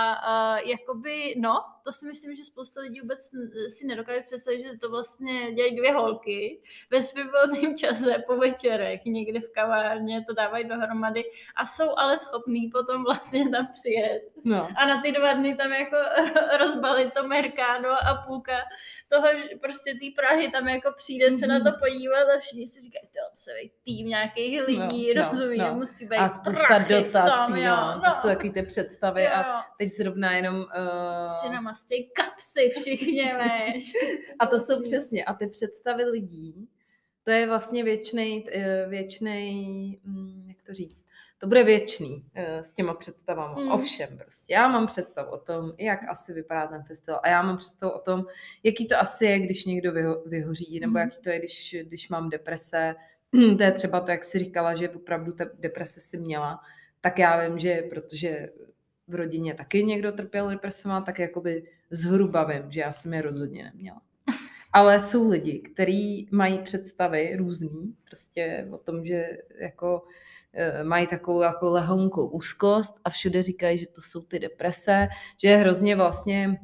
[SPEAKER 1] a jakoby, no, to si myslím, že spousta lidí vůbec si nedokáže představit, že to vlastně dělají dvě holky ve svým volném čase po večerech, někde v kavárně, to dávají dohromady a jsou ale schopní potom vlastně tam přijet. No. A na ty dva dny tam jako rozbalit to Mercado a půlka toho, prostě té Prahy tam jako přijde mm-hmm. se na to podívat a všichni si říkají, to se vej tým nějakých lidí, no, rozumí, no, no. musí být
[SPEAKER 2] a spousta dotací, tom, no, no. To jsou takový ty představy jo. a teď zrovna jenom uh...
[SPEAKER 1] si namastěj kapsy všichni, víš.
[SPEAKER 2] A to jsou přesně, a ty představy lidí, to je vlastně věčnej, věčnej, jak to říct, to bude věčný s těma představama. Mm. Ovšem prostě. Já mám představu o tom, jak asi vypadá ten festival a já mám představu o tom, jaký to asi je, když někdo vyho- vyhoří, nebo mm. jaký to je, když, když mám deprese. To je třeba to, jak jsi říkala, že opravdu ta deprese si měla, tak já vím, že protože v rodině taky někdo trpěl depresema, tak jakoby zhruba vím, že já jsem je rozhodně neměla. Ale jsou lidi, kteří mají představy různý, prostě o tom, že jako e, mají takovou jako lehonkou úzkost a všude říkají, že to jsou ty deprese, že je hrozně vlastně,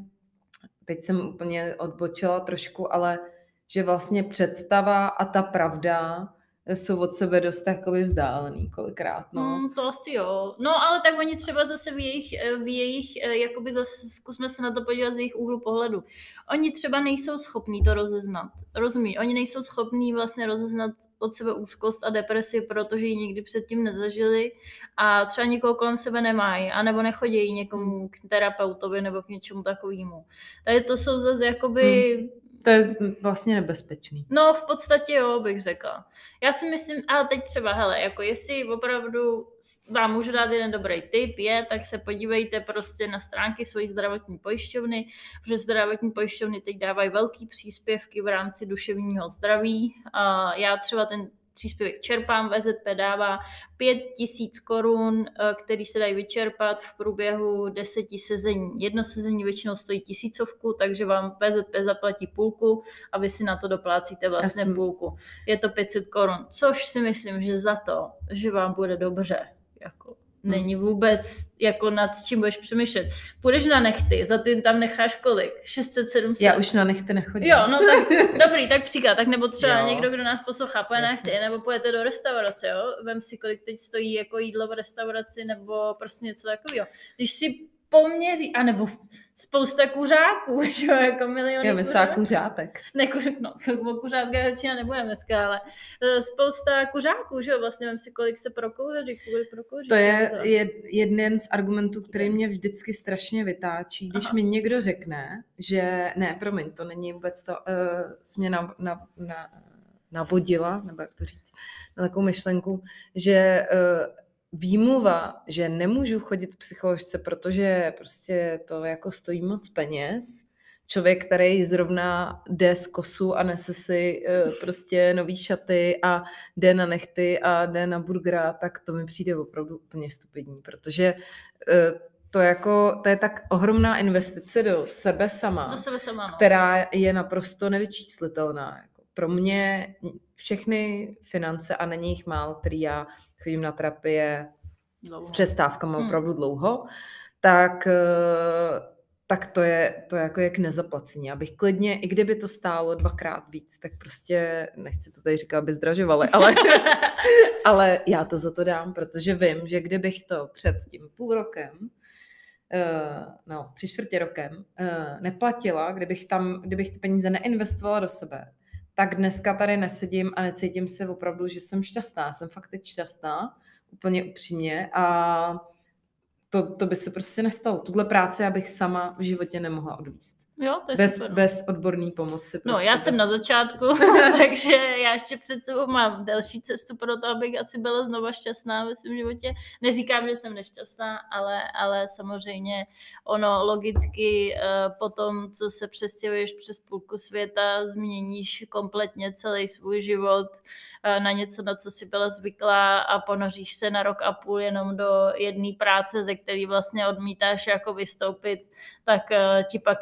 [SPEAKER 2] teď jsem úplně odbočila trošku, ale že vlastně představa a ta pravda jsou od sebe dost takový vzdálený kolikrát, no.
[SPEAKER 1] Mm, to asi jo. No, ale tak oni třeba zase v jejich, v jejich jakoby zase zkusme se na to podívat z jejich úhlu pohledu. Oni třeba nejsou schopní to rozeznat. Rozumí? Oni nejsou schopní vlastně rozeznat od sebe úzkost a depresi, protože ji nikdy předtím nezažili a třeba nikoho kolem sebe nemají, anebo nechodí někomu k terapeutovi nebo k něčemu takovému. Takže to jsou zase jakoby... Hmm.
[SPEAKER 2] To je vlastně nebezpečný.
[SPEAKER 1] No, v podstatě jo, bych řekla. Já si myslím, ale teď třeba, hele, jako jestli opravdu vám můžu dát jeden dobrý tip, je, tak se podívejte prostě na stránky svojí zdravotní pojišťovny, protože zdravotní pojišťovny teď dávají velký příspěvky v rámci duševního zdraví. A já třeba ten příspěvek čerpám, V Z P dává pět tisíc korun, který se dají vyčerpat v průběhu deseti sezení. Jedno sezení většinou stojí tisícovku, takže vám V Z P zaplatí půlku a vy si na to doplácíte vlastně Jasný. půlku. Je to pět set korun, což si myslím, že za to, že vám bude dobře, jako není vůbec jako nad čím budeš přemýšlet. Půjdeš na nechty, za ty tam necháš kolik? šest set sedm set?
[SPEAKER 2] Já už na nechty nechodím.
[SPEAKER 1] Jo, no tak dobrý, tak příklad. Tak nebo třeba jo. někdo, kdo nás poslouchá, půjde na nechty, nebo půjdete do restaurace, jo? Vem si, kolik teď stojí jako jídlo v restauraci, nebo prostě něco takového. Když si poměří, anebo spousta kuřáků, že jo, jako miliony
[SPEAKER 2] Já myslím kuřátek.
[SPEAKER 1] Ne, no, o kuřátka většina nebudeme dneska, ale spousta kuřáků, že jo, vlastně vem si, kolik se prokouří, kolik prokouří.
[SPEAKER 2] To je jed, jeden z argumentů, který mě vždycky strašně vytáčí, když Aha. mi někdo řekne, že, ne, promiň, to není vůbec to, uh, jsi mě na, na, na, navodila, nebo jak to říct, na takovou myšlenku, že uh, výmluva, že nemůžu chodit k psycholožce, protože prostě to jako stojí moc peněz. Člověk, který zrovna jde z kosu a nese si uh, prostě nový šaty a jde na nechty a jde na burgera, tak to mi přijde opravdu úplně stupidní, protože uh, to, jako, to je tak ohromná investice do sebe sama,
[SPEAKER 1] do sebe sama no.
[SPEAKER 2] která je naprosto nevyčíslitelná. Jako pro mě všechny finance, a není jich málo, který já chodím na terapie dlouho. S přestávkama hmm. opravdu dlouho, tak, tak to je, to jako je k nezaplacení. Abych klidně, i kdyby to stálo dvakrát víc, tak prostě, nechci to tady říkat, aby zdražovali, ale, ale já to za to dám, protože vím, že kdybych to před tím půl rokem, no, tři čtvrtě rokem neplatila, kdybych tam, kdybych ty peníze neinvestovala do sebe, tak dneska tady nesedím a necítím se opravdu, že jsem šťastná. Jsem fakt teď šťastná, úplně upřímně a to, to by se prostě nestalo. Tuhle práci abych sama v životě nemohla odvíst.
[SPEAKER 1] Jo, to je
[SPEAKER 2] bez,
[SPEAKER 1] super.
[SPEAKER 2] Bez odborné pomoci.
[SPEAKER 1] Prostě no, já
[SPEAKER 2] bez...
[SPEAKER 1] jsem na začátku, takže já ještě před sebou mám delší cestu pro to, abych asi byla znova šťastná ve svém životě. Neříkám, že jsem nešťastná, ale, ale samozřejmě ono logicky po tom, co se přestěhuješ přes půlku světa, změníš kompletně celý svůj život na něco, na co jsi byla zvyklá a ponoříš se na rok a půl jenom do jedné práce, ze který vlastně odmítáš jako vystoupit, tak ti pak nebude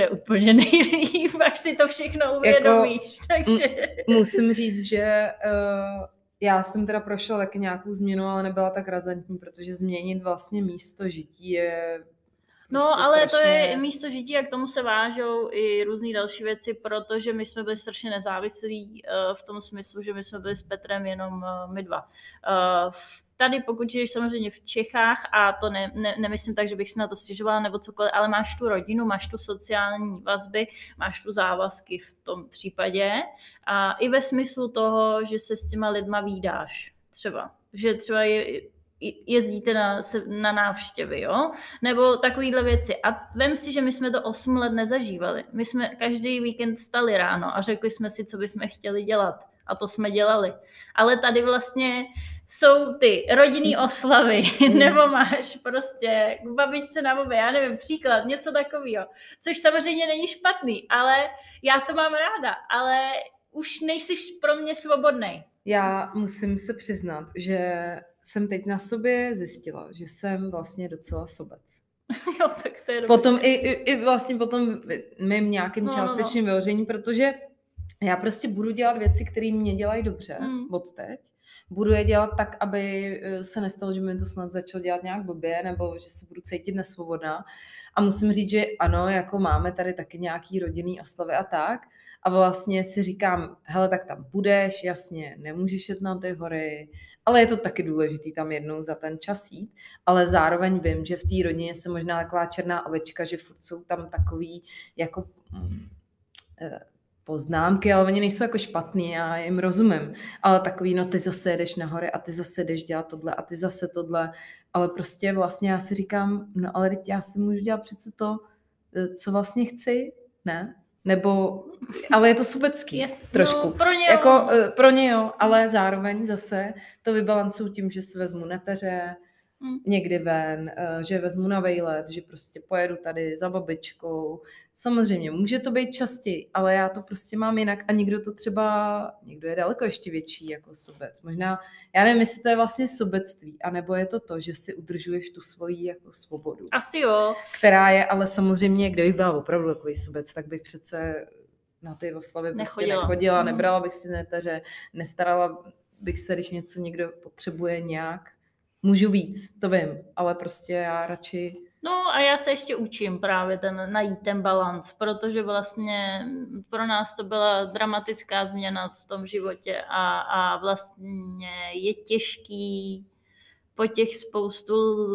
[SPEAKER 1] nebude úplně nejlíp, až si to všechno uvědomíš. Jako, takže...
[SPEAKER 2] Musím říct, že uh, já jsem teda prošla taky nějakou změnu, ale nebyla tak razantní, protože změnit vlastně místo žití je...
[SPEAKER 1] No, prostě ale strašně... to je místo žití a k tomu se vážou i různý další věci, protože my jsme byli strašně nezávislí uh, v tom smyslu, že my jsme byli s Petrem jenom uh, my dva. Uh, Tady, pokud žiješ samozřejmě v Čechách, a to ne, ne, nemyslím tak, že bych si na to stěžovala nebo cokoliv, ale máš tu rodinu, máš tu sociální vazby, máš tu závazky v tom případě. A i ve smyslu toho, že se s těma lidma vídáš třeba. Že třeba je, jezdíte na, na návštěvy, jo? Nebo takovýhle věci. A vem si, že my jsme to osm let nezažívali. My jsme každý víkend stali ráno a řekli jsme si, co bychom chtěli dělat. A to jsme dělali. Ale tady vlastně jsou ty rodinný oslavy, nebo máš prostě k babičce na obě, já nevím, příklad, něco takového. Což samozřejmě není špatný, ale já to mám ráda, ale už nejsi pro mě svobodnej.
[SPEAKER 2] Já musím se přiznat, že jsem teď na sobě zjistila, že jsem vlastně docela sobec.
[SPEAKER 1] Jo, tak to je dobrý.
[SPEAKER 2] Potom i, i, i vlastně potom mým nějakým no, částečným no, no. vyhořením, protože já prostě budu dělat věci, které mě dělají dobře mm. od teď. Budu je dělat tak, aby se nestalo, že mi to snad začalo dělat nějak blbě, nebo že se budu cítit nesvobodná. A musím říct, že ano, jako máme tady taky nějaký rodinný oslavy a tak. A vlastně si říkám, hele, tak tam budeš, jasně, nemůžeš jít na ty hory, ale je to taky důležitý tam jednou za ten čas jít. Ale zároveň vím, že v té rodině jsem možná taková černá ovečka, že furt jsou tam takový jako... Mm, eh, poznámky, ale oni nejsou jako špatný, já jim rozumím, ale takový, no ty zase jedeš nahoře a ty zase jdeš dělat tohle a ty zase tohle, ale prostě vlastně já si říkám, no ale teď já si můžu dělat přece to, co vlastně chci, ne? Nebo, ale je to sobecký yes, trošku.
[SPEAKER 1] No, pro ně
[SPEAKER 2] jako, pro ně jo, ale zároveň zase to vybalancuju tím, že si vezmu neteře, Hmm. někdy ven, že vezmu na vejlet, že prostě pojedu tady za babičkou. Samozřejmě, může to být častěji, ale já to prostě mám jinak a někdo to třeba, někdo je daleko ještě větší jako sobec. Možná, já nevím, jestli to je vlastně sobectví, anebo je to to, že si udržuješ tu svoji jako svobodu.
[SPEAKER 1] Asi jo.
[SPEAKER 2] Která je, ale samozřejmě, kdybych byla opravdu takový sobec, tak bych přece na ty oslavy prostě nechodila, hmm. nebrala bych si neteře, nestarala bych se, když něco někdo potřebuje nějak. Můžu víc, to vím, ale prostě já radši...
[SPEAKER 1] No a já se ještě učím právě ten, najít ten balans, protože vlastně pro nás to byla dramatická změna v tom životě a, a vlastně je těžký po těch spoustu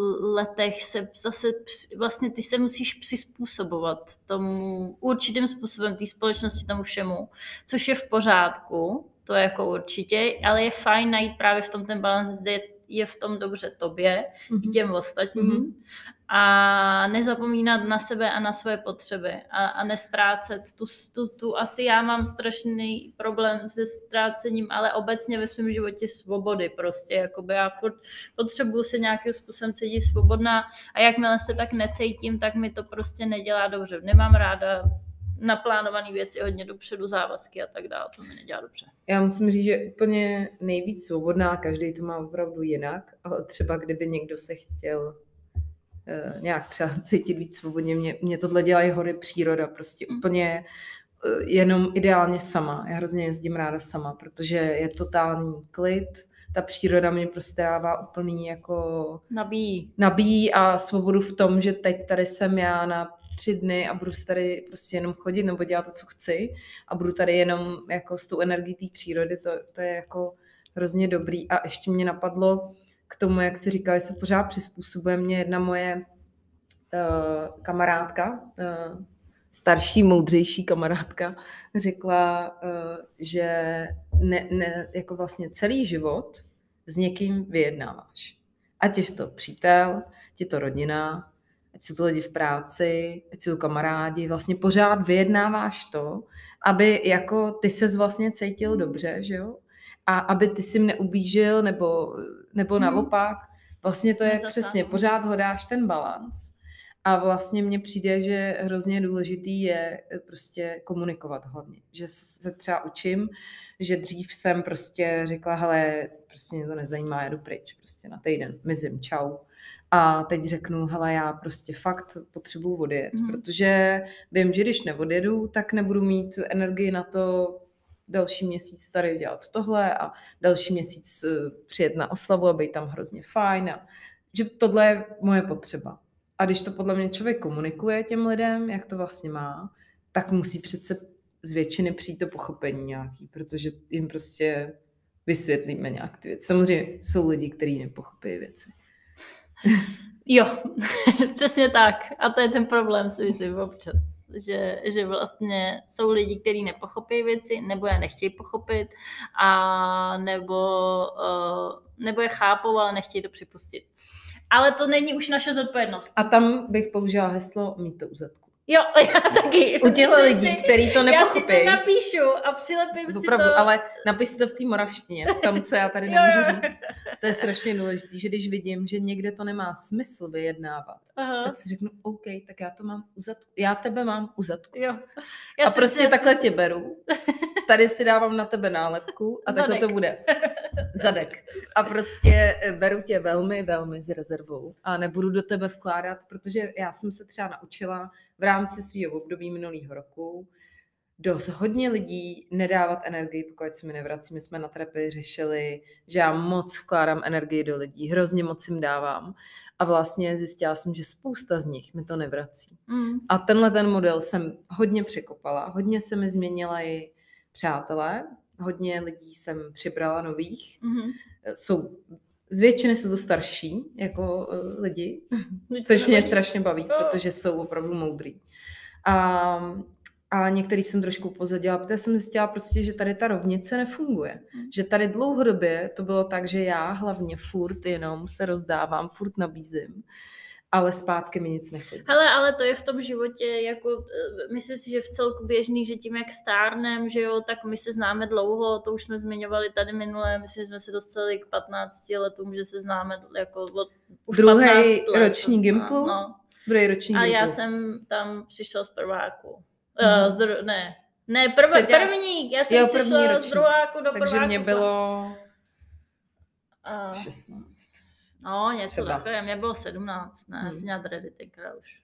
[SPEAKER 1] letech se zase, vlastně ty se musíš přizpůsobovat tomu určitým způsobem té společnosti, tomu všemu, což je v pořádku, to je jako určitě, ale je fajn najít právě v tom ten balans, kde je v tom dobře tobě mm-hmm. i těm ostatním mm-hmm. a nezapomínat na sebe a na své potřeby a, a nestrácet tu, tu, tu, asi já mám strašný problém se ztrácením, ale obecně ve svém životě svobody prostě, jakoby já furt potřebuju se nějakým způsobem cítit svobodná a jakmile se tak necítím, tak mi to prostě nedělá dobře. Nemám ráda naplánované věci hodně dopředu, závazky a tak dále, to mi nedělá dobře.
[SPEAKER 2] Já musím říct, že úplně nejvíc svobodná, každý to má opravdu jinak, ale třeba kdyby někdo se chtěl uh, nějak třeba cítit víc svobodně, mě, mě tohle dělají hory, příroda, prostě mm. úplně uh, jenom ideálně sama. Já hrozně jezdím ráda sama, protože je totální klid, ta příroda mě prostě dává úplný jako...
[SPEAKER 1] Nabíjí.
[SPEAKER 2] Nabíjí a svobodu v tom, že teď tady jsem já na tři dny a budu tady prostě jenom chodit nebo dělat to, co chci a budu tady jenom jako s tou energií té přírody, to, to je jako hrozně dobrý. A ještě mě napadlo k tomu, jak si říkala, že se pořád přizpůsobuje. Mě jedna moje uh, kamarádka, uh, starší, moudřejší kamarádka, řekla, uh, že ne, ne, jako vlastně celý život s někým vyjednáváš. Ať je to přítel, ať je to rodina, ať jsou to lidi v práci, ať jsou kamarádi, vlastně pořád vyjednáváš to, aby jako ty ses vlastně cítil dobře, že jo? A aby ty si neublížil, nebo, nebo hmm. naopak, vlastně to je Nezasáhnu. Přesně, pořád hledáš ten balans. A vlastně mně přijde, že hrozně důležitý je prostě komunikovat hlavně. Že se třeba učím, že dřív jsem prostě řekla, hele, prostě mě to nezajímá, jedu pryč, prostě na týden, mizím, čau. A teď řeknu, hele, já prostě fakt potřebuju odjet, mm. protože vím, že když neodjedu, tak nebudu mít energii na to další měsíc tady dělat tohle a další měsíc přijet na oslavu a být tam hrozně fajn. A že tohle je moje potřeba. A když to podle mě člověk komunikuje těm lidem, jak to vlastně má, tak musí přece z většiny přijít to pochopení nějaký, protože jim prostě vysvětlíme nějak ty věci. Samozřejmě jsou lidi, kteří nepochopí věci.
[SPEAKER 1] Jo, přesně tak. A to je ten problém, si myslím občas. Že, že vlastně jsou lidi, kteří nepochopí věci, nebo je nechtějí pochopit, a nebo, uh, nebo je chápou, ale nechtějí to připustit. Ale to není už naše zodpovědnost.
[SPEAKER 2] A tam bych použila heslo mít to u zadku.
[SPEAKER 1] Jo, já taky.
[SPEAKER 2] U těch lidí, kteří to nepochopí.
[SPEAKER 1] Já si to napíšu a přilepím
[SPEAKER 2] Opravdu,
[SPEAKER 1] si to.
[SPEAKER 2] Ale napiš si to v té moravštině, v tom, co já tady nemůžu říct. To je strašně důležité, že když vidím, že někde to nemá smysl vyjednávat, Aha. tak si řeknu, OK, tak já to mám u zadku. Já tebe mám u zadku.
[SPEAKER 1] Jo.
[SPEAKER 2] Já a prostě takhle tě beru. Tady si dávám na tebe nálepku a takhle to bude. Zadek. A prostě beru tě velmi, velmi s rezervou a nebudu do tebe vkládat, protože já jsem se třeba naučila v rámci svého období minulého roku dost hodně lidí nedávat energii, pokud se mi nevrací. My jsme na terapii řešili, že já moc vkládám energii do lidí, hrozně moc jim dávám a vlastně zjistila jsem, že spousta z nich mi to nevrací. Mm. A tenhle ten model jsem hodně překopala, hodně se mi změnila i přátelé, hodně lidí jsem přibrala nových, mm-hmm. jsou z většiny jsou to starší jako uh, lidi, což mě strašně baví, protože jsou opravdu moudrý. A, a některý jsem trošku pozadila, protože jsem zjistila prostě, že tady ta rovnice nefunguje. Hmm. Že tady dlouhodobě to bylo tak, že já hlavně furt jenom se rozdávám, furt nabízím, ale zpátky mi nic nechodí.
[SPEAKER 1] Hele, ale to je v tom životě, jako myslím si, že v celku běžný, že tím, jak stárnem, že jo, tak my se známe dlouho, to už jsme zmiňovali tady minule, myslím, že jsme se dostali k patnácti letům, že se známe jako od už
[SPEAKER 2] Druhý roční Gimplu?
[SPEAKER 1] No, no.
[SPEAKER 2] Druhý roční
[SPEAKER 1] A
[SPEAKER 2] Gimplu.
[SPEAKER 1] já jsem tam přišla z prváku. Mm. Uh, z dru- ne, ne, prv, první, já jsem jo, přišla z druháku do prváku.
[SPEAKER 2] Takže mě bylo
[SPEAKER 1] uh,
[SPEAKER 2] šestnáct.
[SPEAKER 1] No, něco takové, mě bylo sedmnáct, ne, hmm. já jsem měla dready tenkrát už.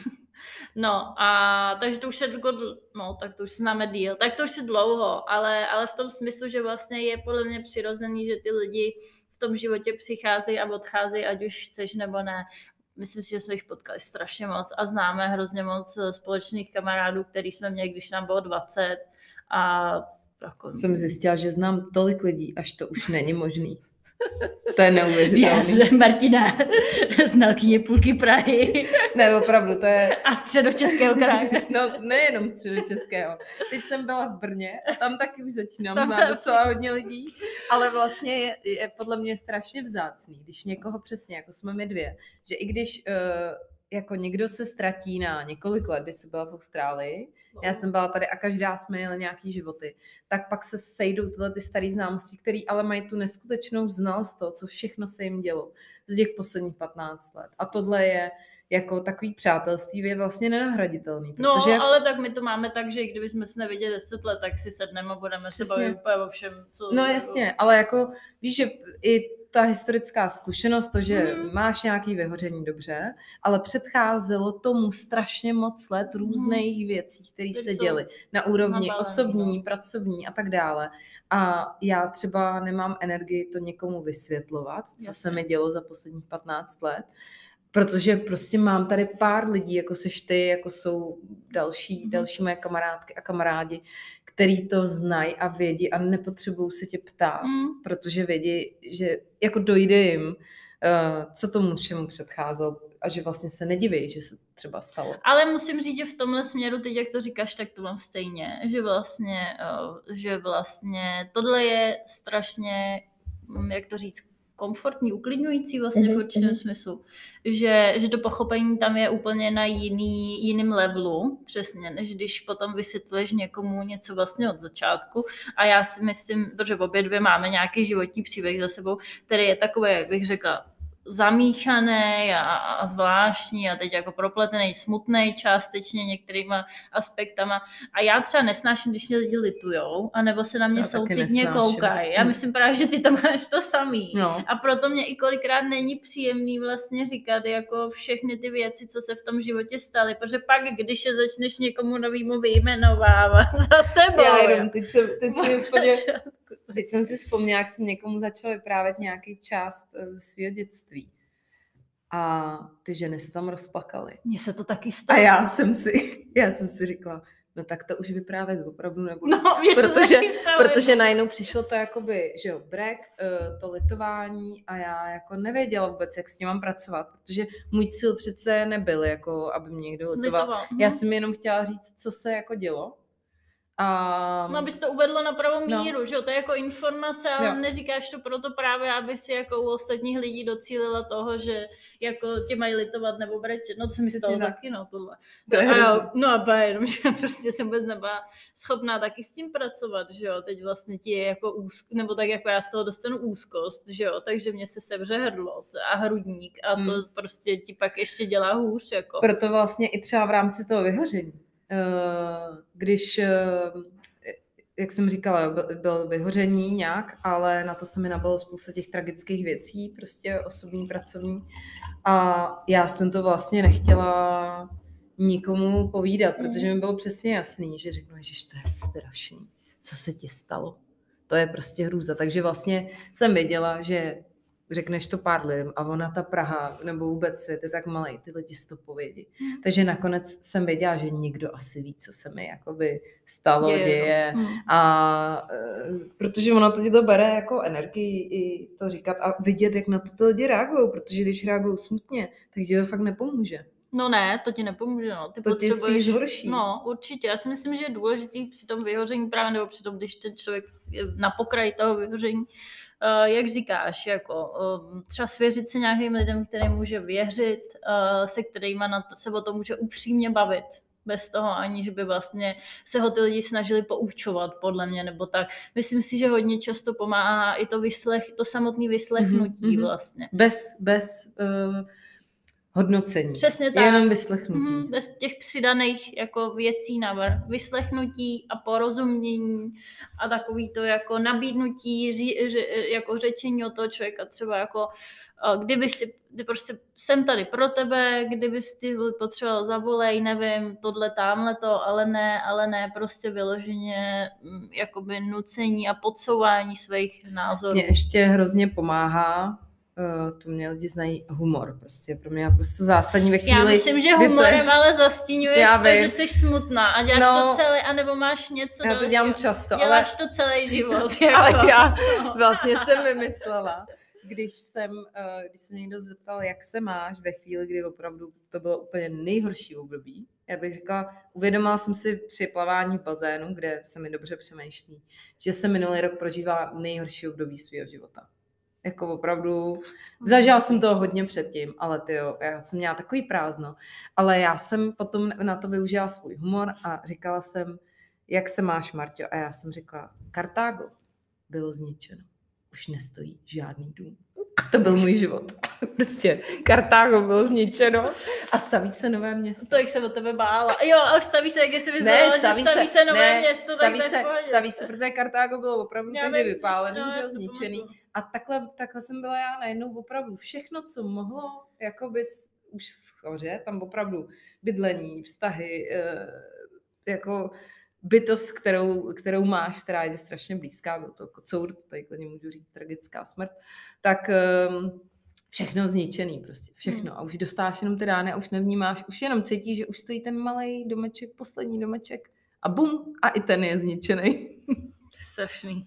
[SPEAKER 1] No, a takže to už je, no, tak to už známe díl, tak to už je dlouho, ale, ale v tom smyslu, že vlastně je podle mě přirozený, že ty lidi v tom životě přicházejí a odcházejí, ať už chceš nebo ne. Myslím si, že jsme jich potkali strašně moc a známe hrozně moc společných kamarádů, který jsme měli, když nám bylo dvacet. A jako...
[SPEAKER 2] Jsem zjistila, že znám tolik lidí, až to už není možný. To je neuvěřitelné.
[SPEAKER 1] Já jsem Martina, znalkyně půlky Prahy.
[SPEAKER 2] Ne, opravdu, to je...
[SPEAKER 1] A středočeského kraje.
[SPEAKER 2] No, nejenom středočeského. Teď jsem byla v Brně a tam taky už začínám tam znát docela hodně lidí, ale vlastně je, je podle mě strašně vzácný, když někoho přesně, jako jsme my dvě, že i když uh, jako někdo se ztratí na několik let, když jsem byla v Austrálii, no. Já jsem byla tady a každá jsme jeli nějaký životy, tak pak se sejdou tyhle ty starý známosti, který ale mají tu neskutečnou znalost toho, co všechno se jim dělo z těch posledních patnáct let. A tohle je jako takový přátelství je vlastně nenahraditelný. Protože...
[SPEAKER 1] No, ale tak my to máme tak, že kdyby jsme se neviděli deset let, tak si sedneme a budeme se bavit úplně o všem, co...
[SPEAKER 2] No jasně, ale jako víš, že i ta historická zkušenost, to, že mm. máš nějaký vyhoření, dobře, ale předcházelo tomu strašně moc let různých mm. věcí, které se děly na úrovni nabalený, osobní, no. pracovní a tak dále. A já třeba nemám energii to někomu vysvětlovat, co Jasně. se mi dělo za posledních patnáct let, protože prostě mám tady pár lidí, jako seš ty, jako jsou další, mm. další moje kamarádky a kamarádi, který to znají a vědí a nepotřebují se tě ptát, mm. protože vědí, že jako dojde jim, uh, co tomu všemu předcházelo a že vlastně se nediví, že se třeba stalo.
[SPEAKER 1] Ale musím říct, že v tomhle směru, teď jak to říkáš, tak to mám stejně, že vlastně, uh, že vlastně tohle je strašně, jak to říct, komfortní, uklidňující vlastně mm-hmm. v určitém smyslu, že, že to pochopení tam je úplně na jiný, jiným levelu, přesně, než když potom vysvětluješ někomu něco vlastně od začátku a já si myslím, protože obě dvě máme nějaký životní příběh za sebou, který je takový, jak bych řekla, zamíchaný a, a zvláštní a teď jako propletený, smutný částečně některýma aspektama. A já třeba nesnáším, když mě lidi litujou, anebo se na mě soucitně koukají. Já myslím právě, že ty to máš to samý. No. A proto mě i kolikrát není příjemný vlastně říkat jako všechny ty věci, co se v tom životě staly, protože pak, když je začneš někomu novýmu vyjmenovávat za sebou.
[SPEAKER 2] Já jenom, teď jsem, teď jsem, vzpomněl, teď jsem si vzpomněla, jak jsem někomu začala vyprávět nějaký část ze svého dětství. A ty ženy se tam rozplakaly.
[SPEAKER 1] Mně se to taky stalo.
[SPEAKER 2] A já jsem si, já jsem si říkala, no tak to už vyprávět opravdu nebudu.
[SPEAKER 1] No, protože,
[SPEAKER 2] protože najednou přišlo to jakoby, že jo, brek, to litování a já jako nevěděla vůbec, jak s ním mám pracovat, protože můj cíl přece nebyl, jako aby mě někdo litoval. litoval. Já jsem jenom chtěla říct, co se jako dělo. A...
[SPEAKER 1] No, abys to uvedlo na pravou míru, no. Že jo, to je jako informace, ale jo. Neříkáš to proto právě, aby si jako u ostatních lidí docílila toho, že jako tě mají litovat nebo brečet. No, to se mi stalo tak. taky, no, tohle.
[SPEAKER 2] To je
[SPEAKER 1] a, no a bá, jenom, že prostě jsem vůbec nebyla schopná taky s tím pracovat, že jo, teď vlastně ti je jako úzkost, nebo tak jako já z toho dostanu úzkost, že jo, takže mě se sevře hrdlo a hrudník a to hmm. prostě ti pak ještě dělá hůř, jako.
[SPEAKER 2] Proto vlastně i třeba v rámci toho vyhoření. Když, jak jsem říkala, bylo vyhoření nějak, ale na to se mi nabalo spousta těch tragických věcí, prostě osobní, pracovní. A já jsem to vlastně nechtěla nikomu povídat, protože mi bylo přesně jasný, že řeknu, že to je strašný, co se ti stalo. To je prostě hrůza. Takže vlastně jsem věděla, že řekneš to pár lidem a ona ta Praha nebo vůbec svět je tak malej, ty lidi si to povědí. Hmm. Takže nakonec jsem věděla, že někdo asi ví, co se mi jakoby stalo, děje. děje. Hmm. A protože ona to ti to bere jako energii i to říkat a vidět, jak na to ty lidi reagují, protože když reagují smutně, tak ti to fakt nepomůže.
[SPEAKER 1] No ne, to ti nepomůže, no. Ty
[SPEAKER 2] to ti je spíš horší.
[SPEAKER 1] No, určitě. Já si myslím, že je důležitý při tom vyhoření právě, nebo při tom, když ten člověk je na pokraji toho vyhoření, Uh, jak říkáš, jako uh, třeba svěřit se nějakým lidem, kterým může věřit, uh, se kterýma na to, se o tom může upřímně bavit, bez toho, aniž by vlastně se ho ty lidi snažili poučovat, podle mě, nebo tak. Myslím si, že hodně často pomáhá i to, vyslech, to samotné vyslechnutí mm-hmm. vlastně.
[SPEAKER 2] Bez, bez uh, hodnocení.
[SPEAKER 1] Přesně tak.
[SPEAKER 2] Jenom vyslechnutí.
[SPEAKER 1] Mm, bez těch přidaných jako věcí navrh. Vyslechnutí a porozumění a takový to jako nabídnutí, ří, ří, jako řečení o toho člověka třeba jako kdyby si, kdy prostě jsem tady pro tebe, kdyby si ty potřeboval zavolej, nevím, tohle, tamhle to, ale ne, ale ne, prostě vyloženě jakoby nucení a podsouvání svých názorů.
[SPEAKER 2] Mně ještě hrozně pomáhá, to mě lidi znají, humor prostě, pro mě je prostě zásadní ve chvíli.
[SPEAKER 1] Já myslím, že humorem je... ale zastíňuješ to, že jsi smutná a děláš no, to celé, anebo máš něco
[SPEAKER 2] já to
[SPEAKER 1] dalšího.
[SPEAKER 2] dělám často,
[SPEAKER 1] děláš
[SPEAKER 2] ale...
[SPEAKER 1] to celý život. Jako.
[SPEAKER 2] Ale já vlastně jsem vymyslela, když jsem, když jsem někdo zeptal, jak se máš ve chvíli, kdy opravdu to bylo úplně nejhorší období, já bych řekla, uvědomila jsem si při plavání v bazénu, kde se mi dobře přemýšlí, že jsem minulý rok prožívala nejhorší období svého života. Jako opravdu, zažila jsem toho hodně předtím, ale tyjo, já jsem měla takový prázdno, ale já jsem potom na to využila svůj humor a říkala jsem, jak se máš, Marťo? A já jsem řekla, Kartágo bylo zničeno, už nestojí žádný dům. To byl můj život. Prostě Kartágo bylo zničeno a staví se nové město.
[SPEAKER 1] To, jak jsem o tebe bála. Jo, a už staví se, jak jsi vyznala, že staví se, se nové ne, město,
[SPEAKER 2] staví
[SPEAKER 1] tak
[SPEAKER 2] se, staví se, protože Kartágo bylo opravdu tehdy vypálený, že zničený. A takhle, takhle jsem byla já najednou opravdu. Všechno, co mohlo jakoby už schořet, tam opravdu bydlení, vztahy, jako bytost, kterou, kterou máš, která je strašně blízká, byl to kocour, to tady klidně můžu říct tragická smrt, tak um, všechno zničený prostě, všechno. A už dostáváš jenom ty rány a už nevnímáš, už jenom cítíš, že už stojí ten malej domeček, poslední domeček a bum, a i ten je zničený.
[SPEAKER 1] Strašný.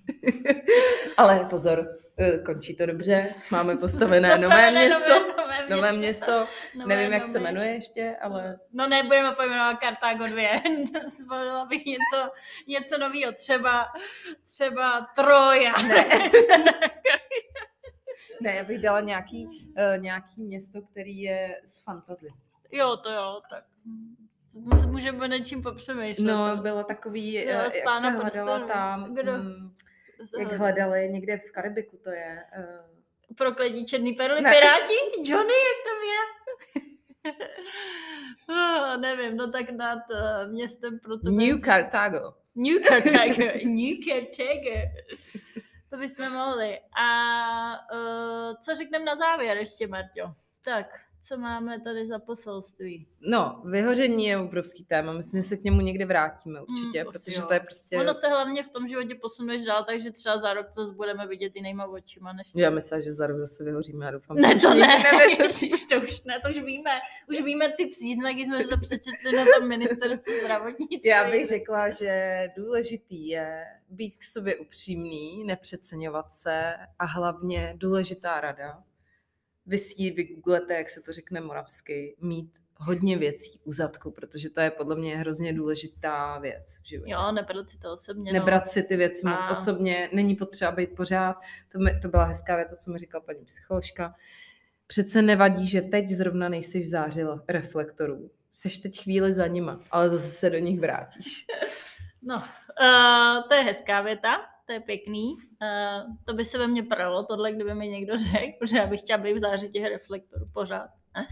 [SPEAKER 2] Ale pozor, končí to dobře, máme postavené, postavené nové město, nové, nové město, nové město. Nové nevím, jak nové. Se jmenuje ještě, ale...
[SPEAKER 1] No nebudeme pojmenovat Kartágo dva, zvolila bych něco, něco nového, třeba, třeba Troja.
[SPEAKER 2] Ne. Ne, já bych dala nějaký, uh, nějaký město, který je z fantasy.
[SPEAKER 1] Jo, to jo, tak... Můžeme něčím popřemýšlet.
[SPEAKER 2] No, bylo takový, jo, jak se hledala tam, mm, jak hledali někde v Karibiku, to je... Uh,
[SPEAKER 1] Prokletí černý perly, ne. Piráti? Johnny, jak tam je? oh, nevím, no tak nad uh, městem pro to.
[SPEAKER 2] New Carthago.
[SPEAKER 1] New Carthago. New Carthago. To bychom mohli. A uh, co řekneme na závěr ještě, Marťo? Tak, co máme tady za poselství?
[SPEAKER 2] No, vyhoření je obrovský téma. Myslím, že se k němu někdy vrátíme určitě, mm, protože jo. to je prostě...
[SPEAKER 1] Ono se hlavně v tom životě posunuješ dál, takže třeba za rok to budeme vidět jinýma očima. Než
[SPEAKER 2] Já myslím, že za rok zase vyhoříme, já doufám.
[SPEAKER 1] Ne, to ne, Ježiš, to už ne, to už víme. Už víme ty příznaky, jsme to přečetli na tom ministerstvu zdravotnictví.
[SPEAKER 2] Já bych řekla, že důležitý je být k sobě upřímný, nepřeceňovat se a hlavně důležitá rada. Vy si vygooglete, jak se to řekne moravsky, mít hodně věcí u zadku, protože to je podle mě hrozně důležitá věc v životě.
[SPEAKER 1] Jo, nebrat si to osobně.
[SPEAKER 2] Nebrat
[SPEAKER 1] no.
[SPEAKER 2] si ty věci moc a... osobně, není potřeba být pořád. To, mi, to byla hezká věta, co mi říkala paní psycholožka. Přece nevadí, že teď zrovna nejsi v záři reflektorů. Seš teď chvíli za nima, ale zase se do nich vrátíš.
[SPEAKER 1] No, uh, to je hezká věta. To je pěkný. Uh, to by se ve mně pralo, tohle, kdyby mi někdo řekl, protože já bych chtěla být v záři těch reflektorů pořád.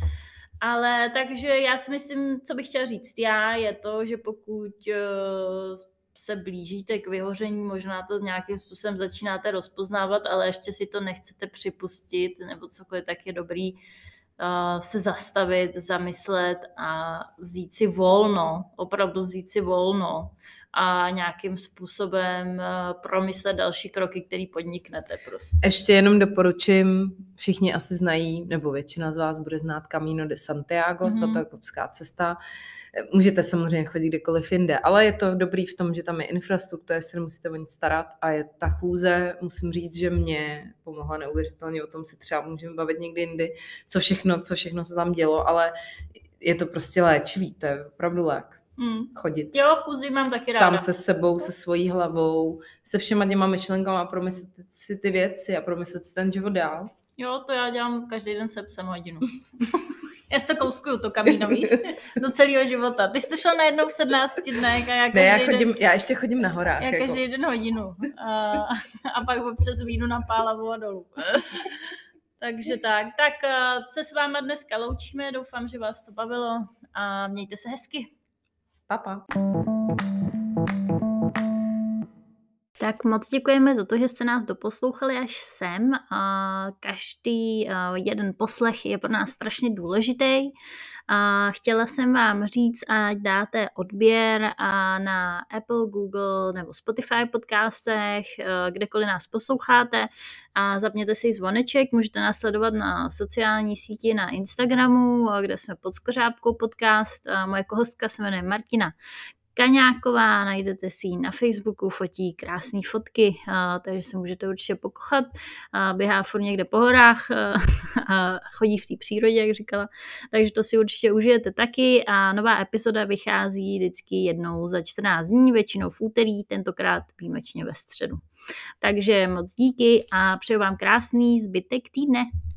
[SPEAKER 1] Ale takže já si myslím, co bych chtěla říct já, je to, že pokud uh, se blížíte k vyhoření, možná to nějakým způsobem začínáte rozpoznávat, ale ještě si to nechcete připustit, nebo cokoliv, tak je dobrý uh, se zastavit, zamyslet a vzít si volno, opravdu vzít si volno a nějakým způsobem promyslet další kroky, které podniknete prostě.
[SPEAKER 2] Ještě jenom doporučím, všichni asi znají, nebo většina z vás bude znát Camino de Santiago, mm-hmm. svatojakobská cesta. Můžete samozřejmě chodit kdekoliv jinde, ale je to dobrý v tom, že tam je infrastruktura, se nemusíte o nic starat a je ta chůze, musím říct, že mě pomohla neuvěřitelně, o tom si třeba můžeme bavit někdy jindy, co všechno, co všechno se tam dělo, ale je to prostě léčivý, to je opravdu lék.
[SPEAKER 1] Hmm.
[SPEAKER 2] Chodit.
[SPEAKER 1] Jo, chůzi mám taky ráda.
[SPEAKER 2] Sám se sebou, se svojí hlavou, se všema těma myšlenkama promyslet si ty věci a promyslet si ten život dál.
[SPEAKER 1] Jo, to já dělám každý den se psem hodinu. Já si to kouskuju, to Camino, víš, do celého života. Ty jsi to šel najednou v sedmnácti dnech a já každý
[SPEAKER 2] ne, já, chodím,
[SPEAKER 1] den,
[SPEAKER 2] já ještě chodím na horách.
[SPEAKER 1] Já
[SPEAKER 2] jako.
[SPEAKER 1] každý den hodinu. A, a pak občas vínu na Pálavu a dolů. Takže tak, tak se s váma dneska loučíme, doufám, že vás to bavilo a mějte se hezky.
[SPEAKER 2] Papa.
[SPEAKER 1] Tak moc děkujeme za to, že jste nás doposlouchali až sem. Každý jeden poslech je pro nás strašně důležitý. Chtěla jsem vám říct, ať dáte odběr na Apple, Google nebo Spotify podcastech, kdekoliv nás posloucháte a zapněte si zvoneček. Můžete nás sledovat na sociální síti na Instagramu, kde jsme pod Skořápkou podcast. Moje kohostka se jmenuje Martina Kaňáková, najdete si ji na Facebooku, fotí krásné fotky, takže se můžete určitě pokochat. Běhá furt někde po horách a chodí v té přírodě, jak říkala, takže to si určitě užijete taky a nová epizoda vychází vždycky jednou za čtrnáct dní, většinou v úterý, tentokrát výjimečně ve středu. Takže moc díky a přeju vám krásný zbytek týdne.